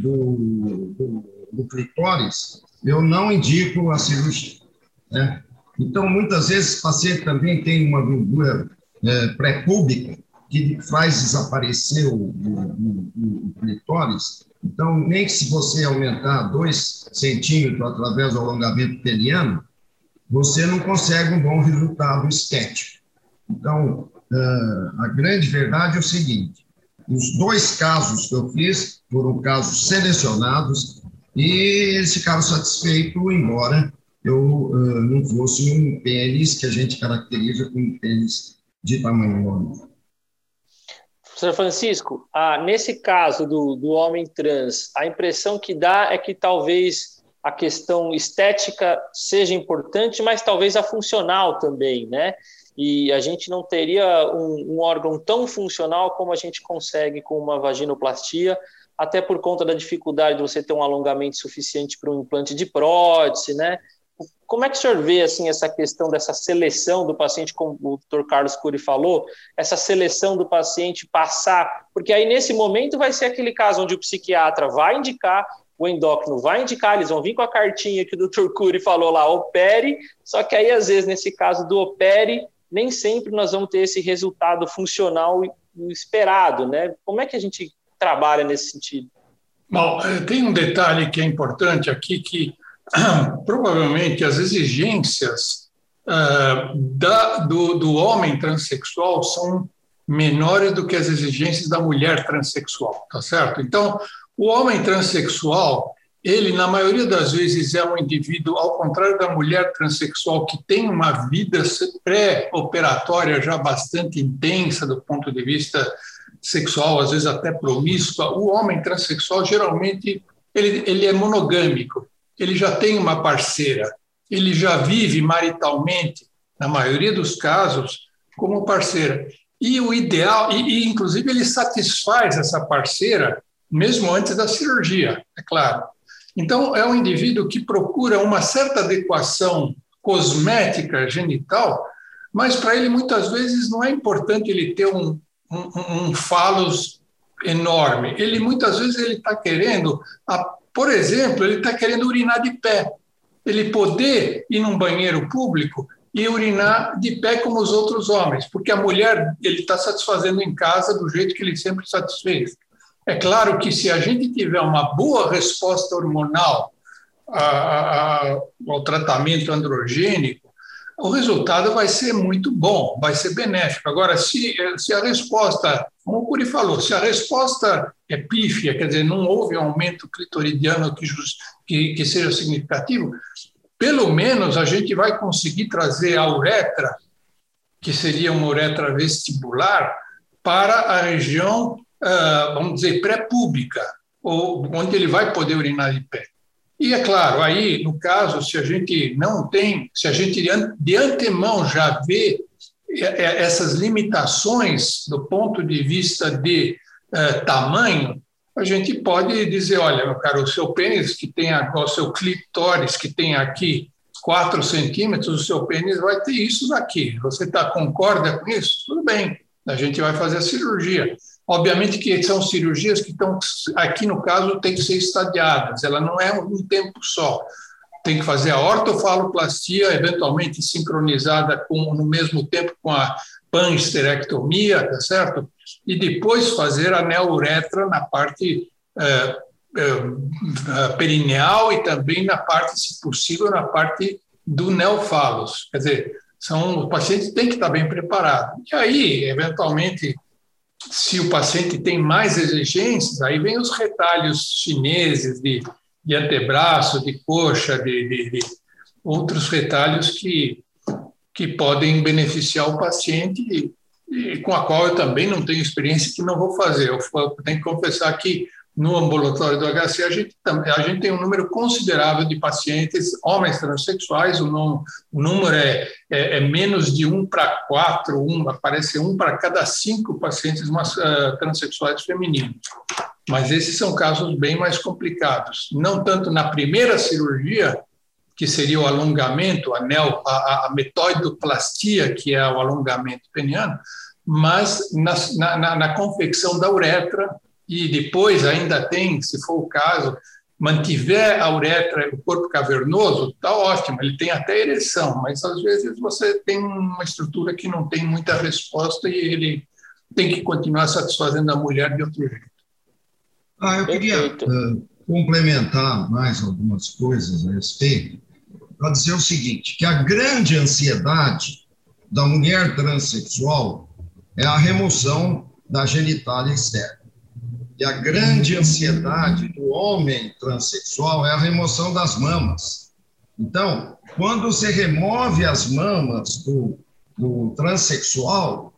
do clitóris, eu não indico a cirurgia, né? Então, muitas vezes, o paciente também tem uma gordura pré-púbica, que faz desaparecer o clitóris. Então, nem que se você aumentar 2 centímetros através do alongamento peniano, você não consegue um bom resultado estético. Então, a grande verdade é o seguinte: os 2 casos que eu fiz foram casos selecionados e eles ficaram satisfeitos, embora eu não fosse um pênis que a gente caracteriza como pênis de tamanho normal. Professor Francisco, nesse caso do homem trans, a impressão que dá é que talvez a questão estética seja importante, mas talvez a funcional também, né? E a gente não teria um órgão tão funcional como a gente consegue com uma vaginoplastia, até por conta da dificuldade de você ter um alongamento suficiente para um implante de prótese, né? Como é que o senhor vê assim, essa questão dessa seleção do paciente, como o Dr. Carlos Cury falou, essa seleção do paciente passar, porque aí nesse momento vai ser aquele caso onde o psiquiatra vai indicar, o endócrino vai indicar, eles vão vir com a cartinha que o Dr. Cury falou lá, opere, só que aí às vezes nesse caso do opere, nem sempre nós vamos ter esse resultado funcional esperado, né? Como é que a gente trabalha nesse sentido? Bom, tem um detalhe que é importante aqui, que provavelmente as exigências do homem transexual são menores do que as exigências da mulher transexual, tá certo? Então, o homem transexual, ele, na maioria das vezes, é um indivíduo, ao contrário da mulher transexual, que tem uma vida pré-operatória já bastante intensa do ponto de vista sexual, às vezes até promíscua. O homem transexual, geralmente, ele é monogâmico. Ele já tem uma parceira, ele já vive maritalmente, na maioria dos casos, como parceira. E o ideal, inclusive ele satisfaz essa parceira mesmo antes da cirurgia, é claro. Então, é um indivíduo que procura uma certa adequação cosmética genital, mas para ele muitas vezes não é importante ele ter um fálus enorme. Ele muitas vezes ele está querendo... Por exemplo, ele está querendo urinar de pé. Ele poder ir num banheiro público e urinar de pé como os outros homens, porque a mulher ele está satisfazendo em casa do jeito que ele sempre satisfez. É claro que se a gente tiver uma boa resposta hormonal ao tratamento androgênico, o resultado vai ser muito bom, vai ser benéfico. Agora, se a resposta, como o Cury falou, se a resposta é pífia, quer dizer, não houve um aumento clitoridiano que seja significativo, pelo menos a gente vai conseguir trazer a uretra, que seria uma uretra vestibular, para a região, vamos dizer, pré-púbica, onde ele vai poder urinar de pé. E, é claro, aí, no caso, se a gente não tem, se a gente de antemão já vê essas limitações do ponto de vista de tamanho, a gente pode dizer, olha, meu caro, o seu pênis, que tem o seu clitóris, que tem aqui 4 centímetros, o seu pênis vai ter isso daqui. Você concorda com isso? Tudo bem, a gente vai fazer a cirurgia. Obviamente que são cirurgias que estão, aqui no caso, tem que ser estadiadas, ela não é um tempo só. Tem que fazer a ortofaloplastia, eventualmente sincronizada no mesmo tempo com a panhisterectomia, tá certo? E depois fazer a neouretra na parte perineal e também na parte, se possível, na parte do neofalos. Quer dizer, o paciente tem que estar bem preparado. E aí, eventualmente, se o paciente tem mais exigências, aí vem os retalhos chineses de antebraço, de coxa, de outros retalhos que podem beneficiar o paciente e com a qual eu também não tenho experiência, que não vou fazer. Eu tenho que confessar que no ambulatório do HC a gente tem um número considerável de pacientes, homens transexuais, o número é menos de 1 para 4, parece 1 para cada 5 pacientes transexuais femininos. Mas esses são casos bem mais complicados. Não tanto na primeira cirurgia, que seria o alongamento, a metoidoplastia, que é o alongamento peniano, mas na confecção da uretra, e depois ainda tem, se for o caso, mantiver a uretra, o corpo cavernoso, está ótimo, ele tem até ereção, mas às vezes você tem uma estrutura que não tem muita resposta e tem que continuar satisfazendo a mulher de outro jeito. Eu queria complementar mais algumas coisas a respeito, para dizer o seguinte, que a grande ansiedade da mulher transexual é a remoção da genitália externa. E a grande ansiedade do homem transexual é a remoção das mamas. Então, quando você remove as mamas do transexual,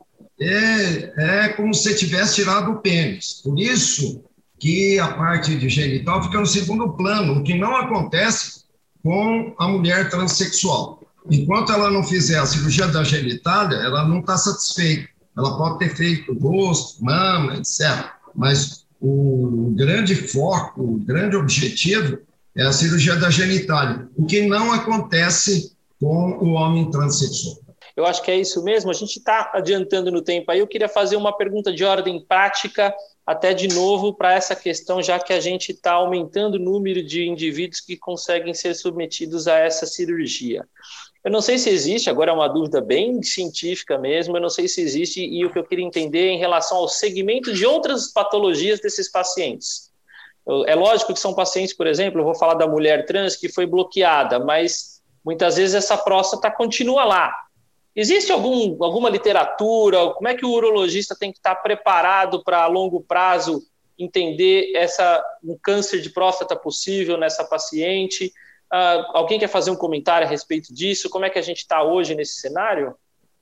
é como se você tivesse tirado o pênis. Por isso que a parte de genital fica no segundo plano, o que não acontece com a mulher transexual. Enquanto ela não fizer a cirurgia da genitália, ela não está satisfeita. Ela pode ter feito rosto, mama, etc. Mas o grande foco, o grande objetivo é a cirurgia da genitália, o que não acontece com o homem transexual. Eu acho que é isso mesmo. A gente está adiantando no tempo aí. Eu queria fazer uma pergunta de ordem prática, até de novo, para essa questão, já que a gente está aumentando o número de indivíduos que conseguem ser submetidos a essa cirurgia. Eu não sei se existe, agora é uma dúvida bem científica mesmo, eu não sei se existe, e o que eu queria entender é em relação ao segmento de outras patologias desses pacientes. É lógico que são pacientes, por exemplo, eu vou falar da mulher trans que foi bloqueada, mas muitas vezes essa próstata continua lá. Existe alguma literatura? Como é que o urologista tem que estar preparado para, a longo prazo, entender um câncer de próstata possível nessa paciente? Alguém quer fazer um comentário a respeito disso? Como é que a gente está hoje nesse cenário?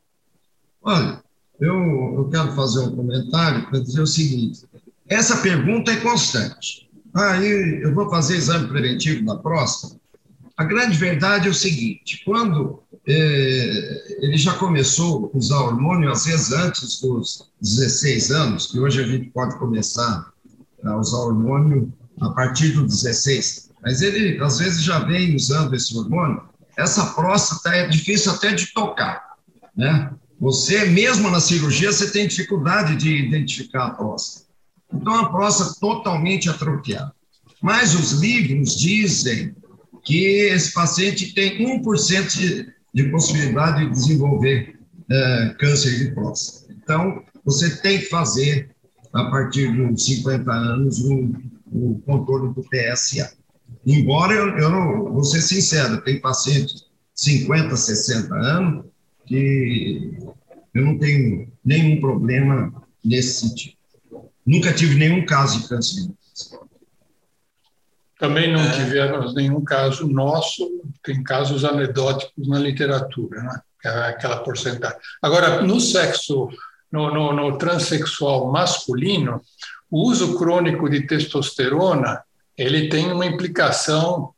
Olha, eu quero fazer um comentário para dizer o seguinte. Essa pergunta é constante. Aí eu vou fazer exame preventivo da próstata. A grande verdade é o seguinte, quando ele já começou a usar hormônio, às vezes antes dos 16 anos, que hoje a gente pode começar a usar hormônio a partir dos 16, mas ele, às vezes, já vem usando esse hormônio, essa próstata é difícil até de tocar, né? Você, mesmo na cirurgia, você tem dificuldade de identificar a próstata. Então, a próstata totalmente atrofiada. Mas os livros dizem que esse paciente tem 1% de possibilidade de desenvolver câncer de próstata. Então, você tem que fazer, a partir dos 50 anos, o controle do PSA. Embora eu não, vou ser sincero, tem pacientes de 50, 60 anos que eu não tenho nenhum problema nesse sentido. Nunca tive nenhum caso de câncer de próstata. Também não tivemos nenhum caso nosso, tem casos anedóticos na literatura, né? Aquela porcentagem. Agora, no sexo, no transexual masculino, o uso crônico de testosterona, ele tem uma implicação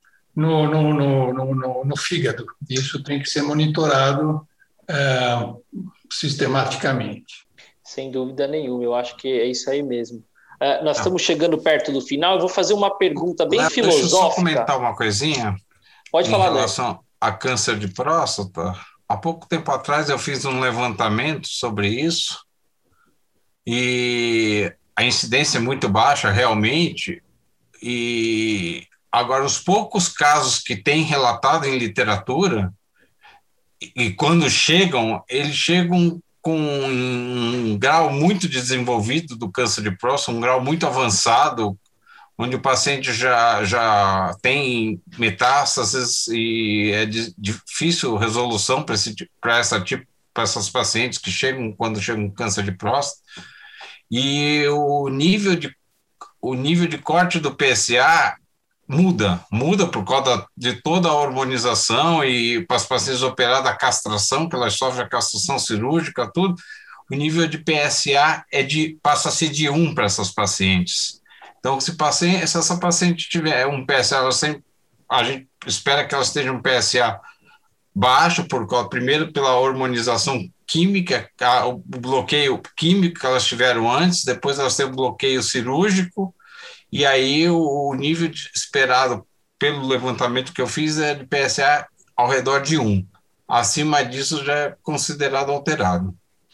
no fígado. Isso tem que ser monitorado sistematicamente. Sem dúvida nenhuma, eu acho que é isso aí mesmo. Nós estamos chegando perto do final, eu vou fazer uma pergunta bem filosófica. Deixa eu só comentar uma coisinha. Pode falar, em relação a câncer de próstata. Há pouco tempo atrás eu fiz um levantamento sobre isso e a incidência é muito baixa realmente, e agora os poucos casos que tem relatado em literatura, e quando chegam, eles chegam com um grau muito desenvolvido do câncer de próstata, um grau muito avançado, onde o paciente já tem metástases e é difícil resolução para essas pacientes que chegam quando chegam com câncer de próstata. E o nível de corte do PSA muda por causa de toda a hormonização, e para as pacientes operadas a castração, que elas sofrem a castração cirúrgica, tudo, o nível de PSA passa a ser de 1 para essas pacientes. Então, se essa paciente tiver um PSA, a gente espera que ela esteja um PSA baixo, primeiro pela hormonização química, o bloqueio químico que elas tiveram antes, depois elas têm o bloqueio cirúrgico, e aí o nível esperado pelo levantamento que eu fiz é de PSA ao redor de 1. Acima disso já é considerado alterado.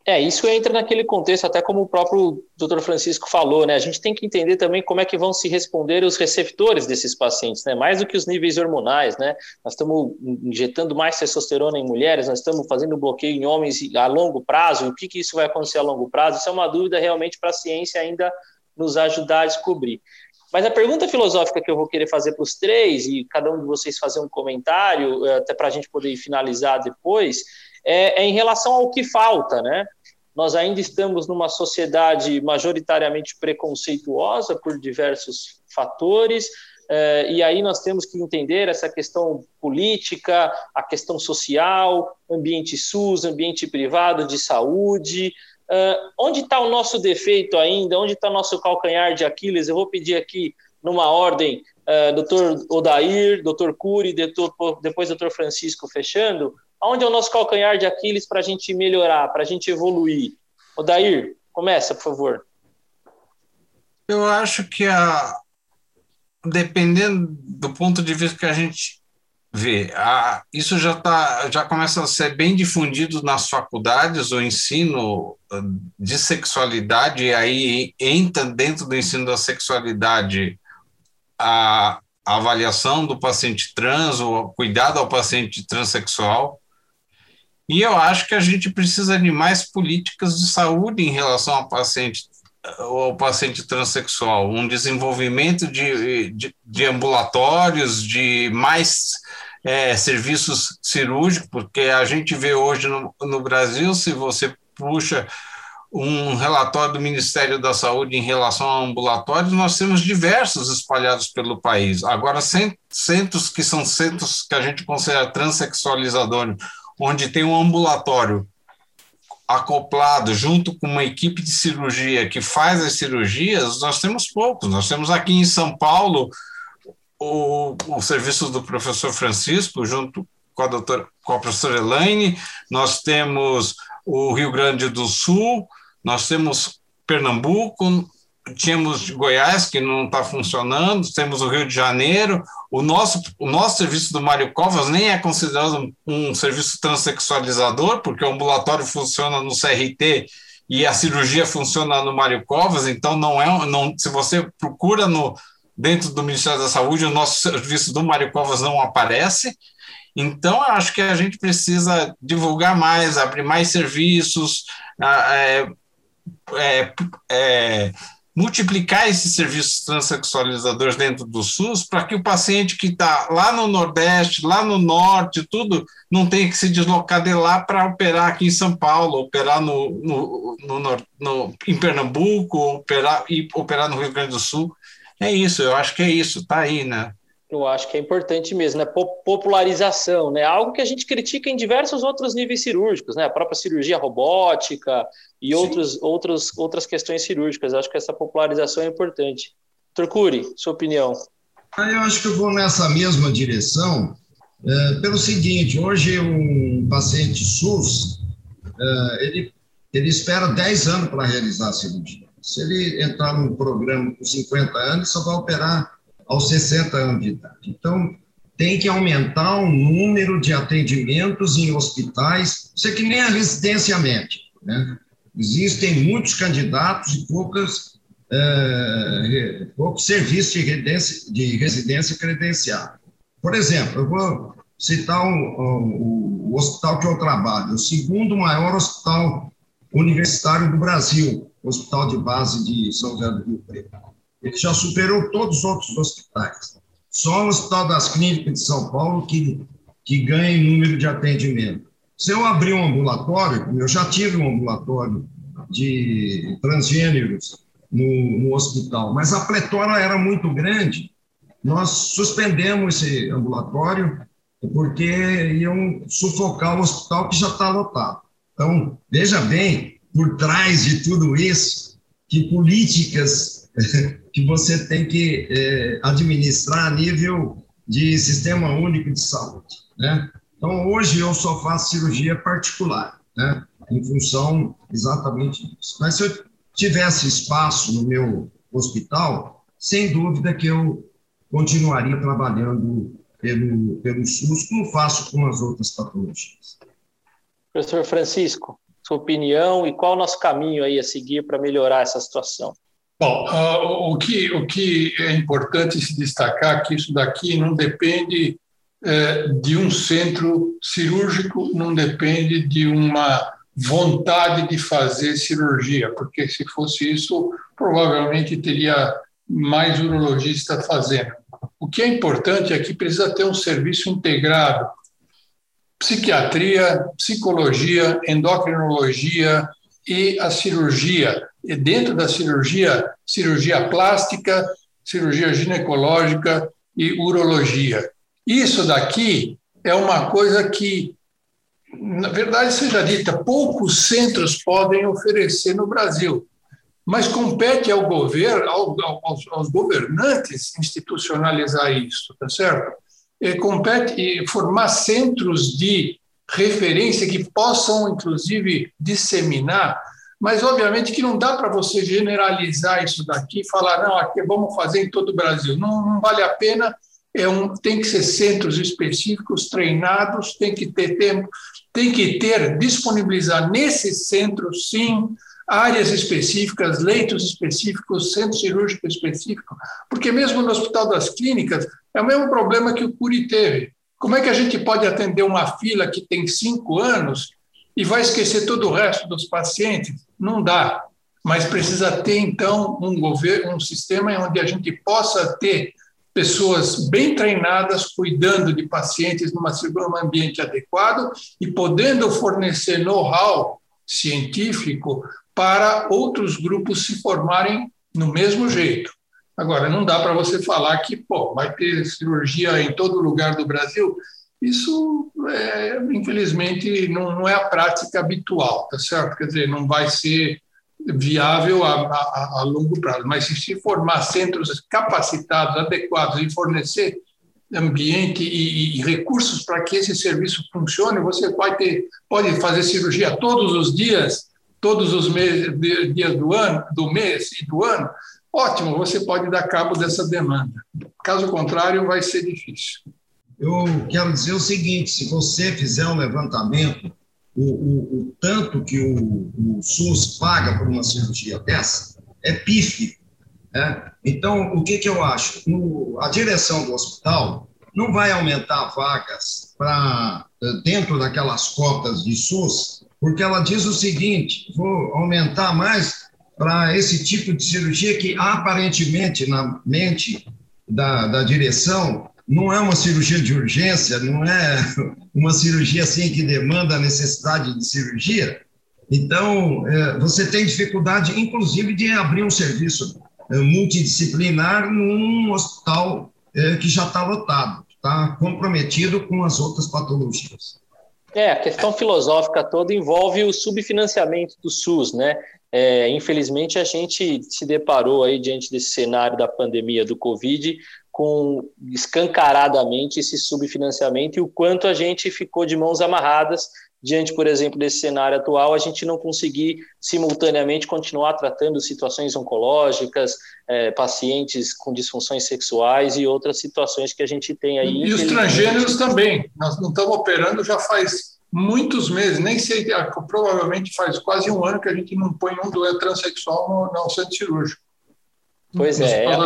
Isso entra naquele contexto, até como o próprio Dr. Francisco falou, né? A gente tem que entender também como é que vão se responder os receptores desses pacientes, né? Mais do que os níveis hormonais, né? Nós estamos injetando mais testosterona em mulheres, nós estamos fazendo bloqueio em homens a longo prazo, e o que isso vai acontecer a longo prazo? Isso é uma dúvida realmente para a ciência ainda nos ajudar a descobrir. Mas a pergunta filosófica que eu vou querer fazer para os três, e cada um de vocês fazer um comentário, até para a gente poder finalizar depois, é em relação ao que falta, né? Nós ainda estamos numa sociedade majoritariamente preconceituosa por diversos fatores, e aí nós temos que entender essa questão política, a questão social, ambiente SUS, ambiente privado de saúde. Onde está o nosso defeito ainda? Onde está o nosso calcanhar de Aquiles? Eu vou pedir aqui, numa ordem, Dr. Odair, Dr. Cury, depois Dr. Francisco fechando. Onde é o nosso calcanhar de Aquiles para a gente melhorar, para a gente evoluir? Odair, começa, por favor. Eu acho que, dependendo do ponto de vista que a gente vê, isso já começa a ser bem difundido nas faculdades, o ensino de sexualidade, e aí entra dentro do ensino da sexualidade a avaliação do paciente trans, o cuidado ao paciente transexual. E eu acho que a gente precisa de mais políticas de saúde em relação ao paciente transexual, um desenvolvimento de ambulatórios, de mais serviços cirúrgicos, porque a gente vê hoje no Brasil, se você puxa um relatório do Ministério da Saúde em relação a ambulatórios, nós temos diversos espalhados pelo país. Agora, centros que são centros que a gente considera transexualizadores, onde tem um ambulatório acoplado junto com uma equipe de cirurgia que faz as cirurgias, nós temos poucos. Nós temos aqui em São Paulo o serviço do professor Francisco, junto com a professora Elaine, nós temos o Rio Grande do Sul, nós temos Pernambuco, tínhamos Goiás, que não está funcionando, temos o Rio de Janeiro. O nosso serviço do Mário Covas nem é considerado um serviço transexualizador, porque o ambulatório funciona no CRT e a cirurgia funciona no Mário Covas, então se você procura dentro do Ministério da Saúde, o nosso serviço do Mário Covas não aparece. Então, eu acho que a gente precisa divulgar mais, abrir mais serviços, multiplicar esses serviços transexualizadores dentro do SUS, para que o paciente que está lá no Nordeste, lá no Norte, tudo, não tenha que se deslocar de lá para operar aqui em São Paulo, operar em Pernambuco, operar no Rio Grande do Sul. É isso, eu acho que é isso, está aí, né? Eu acho que é importante mesmo, né? Popularização, né? Algo que a gente critica em diversos outros níveis cirúrgicos, né? A própria cirurgia robótica e outras questões cirúrgicas. Eu acho que essa popularização é importante. Dr. Cury, sua opinião? Eu acho que eu vou nessa mesma direção, pelo seguinte: hoje um paciente SUS, ele espera 10 anos para realizar a cirurgia. Se ele entrar num programa com 50 anos, só vai operar aos 60 anos de idade. Então, tem que aumentar o número de atendimentos em hospitais. Isso é que nem a residência médica, né? Existem muitos candidatos e poucos serviços de residência credenciada. Por exemplo, eu vou citar o hospital que eu trabalho, o segundo maior hospital universitário do Brasil, o Hospital de Base de São José do Rio Preto. Ele já superou todos os outros hospitais. Só o Hospital das Clínicas de São Paulo que ganha em número de atendimento. Se eu abrir um ambulatório, eu já tive um ambulatório de transgêneros no hospital, mas a pletora era muito grande, nós suspendemos esse ambulatório porque iam sufocar o hospital que já está lotado. Então, veja bem, por trás de tudo isso, que políticas que você tem que administrar a nível de Sistema Único de Saúde, né? Então, hoje eu só faço cirurgia particular, né? Em função exatamente disso. Mas se eu tivesse espaço no meu hospital, sem dúvida que eu continuaria trabalhando pelo SUS, como faço com as outras patologias. Professor Francisco. sua opinião e qual o nosso caminho aí a seguir para melhorar essa situação? Bom, o que é importante se destacar é que isso daqui não depende de um centro cirúrgico, não depende de uma vontade de fazer cirurgia, porque se fosse isso, provavelmente teria mais urologista fazendo. O que é importante é que precisa ter um serviço integrado: psiquiatria, psicologia, endocrinologia e a cirurgia. E dentro da cirurgia, cirurgia plástica, cirurgia ginecológica e urologia. Isso daqui é uma coisa que, na verdade, seja dita, poucos centros podem oferecer no Brasil, mas compete ao governo, aos governantes institucionalizar isso, tá certo? Compete formar centros de referência que possam, inclusive, disseminar, mas, obviamente, que não dá para você generalizar isso daqui e falar, não, aqui vamos fazer em todo o Brasil. Não vale a pena, tem que ser centros específicos, treinados, tem que ter tempo, tem que disponibilizar nesses centros, sim, áreas específicas, leitos específicos, centro cirúrgico específico, porque mesmo no Hospital das Clínicas é o mesmo problema que o Cury teve. Como é que a gente pode atender uma fila que tem 5 anos e vai esquecer todo o resto dos pacientes? Não dá, mas precisa ter, então, um sistema onde a gente possa ter pessoas bem treinadas cuidando de pacientes num ambiente adequado e podendo fornecer know-how científico para outros grupos se formarem no mesmo jeito. Agora, não dá para você falar que vai ter cirurgia em todo lugar do Brasil. Isso, infelizmente, não é a prática habitual, tá certo? Quer dizer, não vai ser viável a longo prazo. Mas se formar centros capacitados, adequados e fornecer ambiente e recursos para que esse serviço funcione, você pode fazer cirurgia todos os dias do mês e do ano. Ótimo, você pode dar cabo dessa demanda. Caso contrário, vai ser difícil. Eu quero dizer o seguinte: se você fizer um levantamento, o tanto que o SUS paga por uma cirurgia dessa é pífio, né? Então, o que eu acho? A direção do hospital não vai aumentar vagas dentro daquelas cotas de SUS, porque ela diz o seguinte: vou aumentar mais para esse tipo de cirurgia que, aparentemente, na mente da direção, não é uma cirurgia de urgência, não é uma cirurgia assim que demanda a necessidade de cirurgia. Então, você tem dificuldade, inclusive, de abrir um serviço multidisciplinar num hospital que já está lotado, está comprometido com as outras patologias. A questão filosófica toda envolve o subfinanciamento do SUS, né? Infelizmente, a gente se deparou aí diante desse cenário da pandemia do Covid com escancaradamente esse subfinanciamento e o quanto a gente ficou de mãos amarradas diante, por exemplo, desse cenário atual, a gente não conseguir simultaneamente continuar tratando situações oncológicas, pacientes com disfunções sexuais e outras situações que a gente tem aí. E os transgêneros também. Nós não estamos operando já faz muitos meses, nem sei, provavelmente faz quase 1 ano que a gente não põe um doente transexual no centro cirúrgico. Pois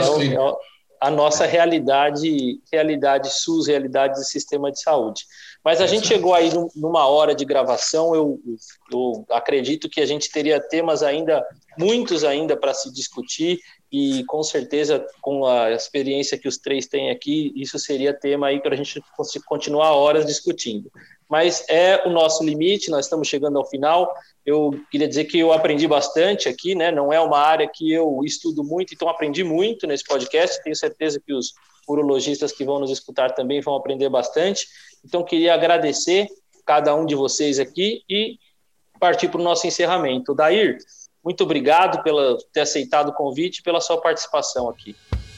a nossa realidade SUS, realidade do sistema de saúde. Mas a gente chegou aí numa hora de gravação, eu acredito que a gente teria temas muitos ainda para se discutir e com certeza com a experiência que os 3 têm aqui, isso seria tema aí para a gente continuar horas discutindo. Mas é o nosso limite, nós estamos chegando ao final. Eu queria dizer que eu aprendi bastante aqui, né? Não é uma área que eu estudo muito, então aprendi muito nesse podcast. Tenho certeza que os urologistas que vão nos escutar também vão aprender bastante. Então, queria agradecer cada um de vocês aqui e partir para o nosso encerramento. Dair, muito obrigado por ter aceitado o convite e pela sua participação aqui.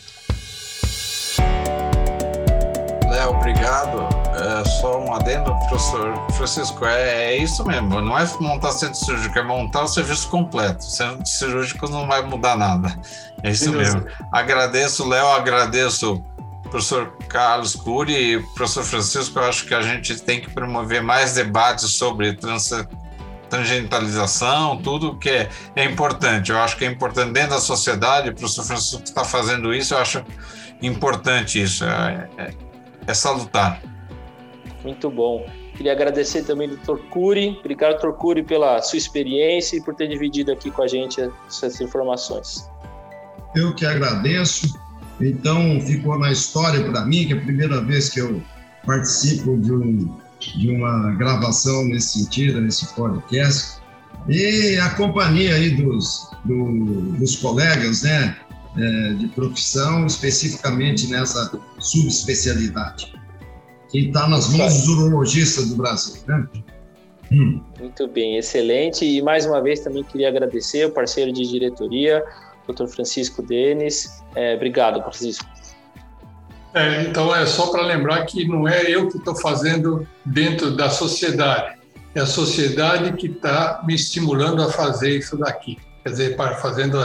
Léo, obrigado. Só um adendo, professor Francisco, é isso mesmo, não é montar centro cirúrgico, é montar o serviço completo. Centro cirúrgico não vai mudar nada, é isso mesmo. Agradeço, Léo, agradeço o professor Carlos Cury e o professor Francisco. Eu acho que a gente tem que promover mais debates sobre tangentalização, tudo que é importante. Eu acho que é importante dentro da sociedade, para o Sr. Francisco estar fazendo isso, eu acho importante isso, é salutar. Muito bom. Queria agradecer também ao Dr. Cury. Obrigado, Dr. Cury, pela sua experiência e por ter dividido aqui com a gente essas informações. Eu que agradeço. Então, ficou na história para mim, que é a primeira vez que eu participo de uma gravação nesse sentido, nesse podcast. E a companhia aí dos colegas, né, de profissão, especificamente nessa subespecialidade. Que está nas mãos dos urologistas do Brasil, né? Muito bem, excelente. E mais uma vez também queria agradecer o parceiro de diretoria, Dr. Francisco Denis. Obrigado, Francisco. Então, é só para lembrar que não é eu que estou fazendo dentro da sociedade, é a sociedade que está me estimulando a fazer isso daqui, quer dizer, fazendo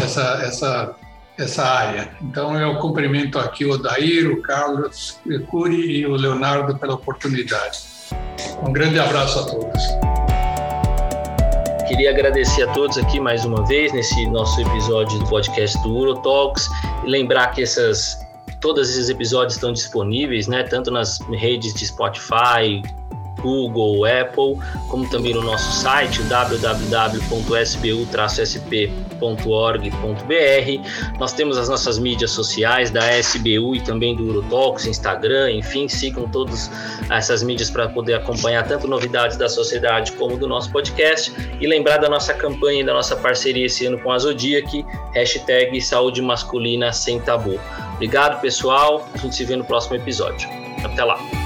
essa área. Então, eu cumprimento aqui o Odair, o Carlos, o Cury e o Leonardo pela oportunidade. Um grande abraço a todos. Queria agradecer a todos aqui mais uma vez nesse nosso episódio do podcast do UroTalks e lembrar que todos esses episódios estão disponíveis, né, tanto nas redes de Spotify, Google, Apple, como também no nosso site, www.sbu-sp.org.br. Nós temos as nossas mídias sociais da SBU e também do UroTalks, Instagram, enfim, sigam todas essas mídias para poder acompanhar tanto novidades da sociedade como do nosso podcast e lembrar da nossa campanha e da nossa parceria esse ano com a Zodiac, #Saúde Masculina Sem Tabu. Obrigado, pessoal. A gente se vê no próximo episódio. Até lá.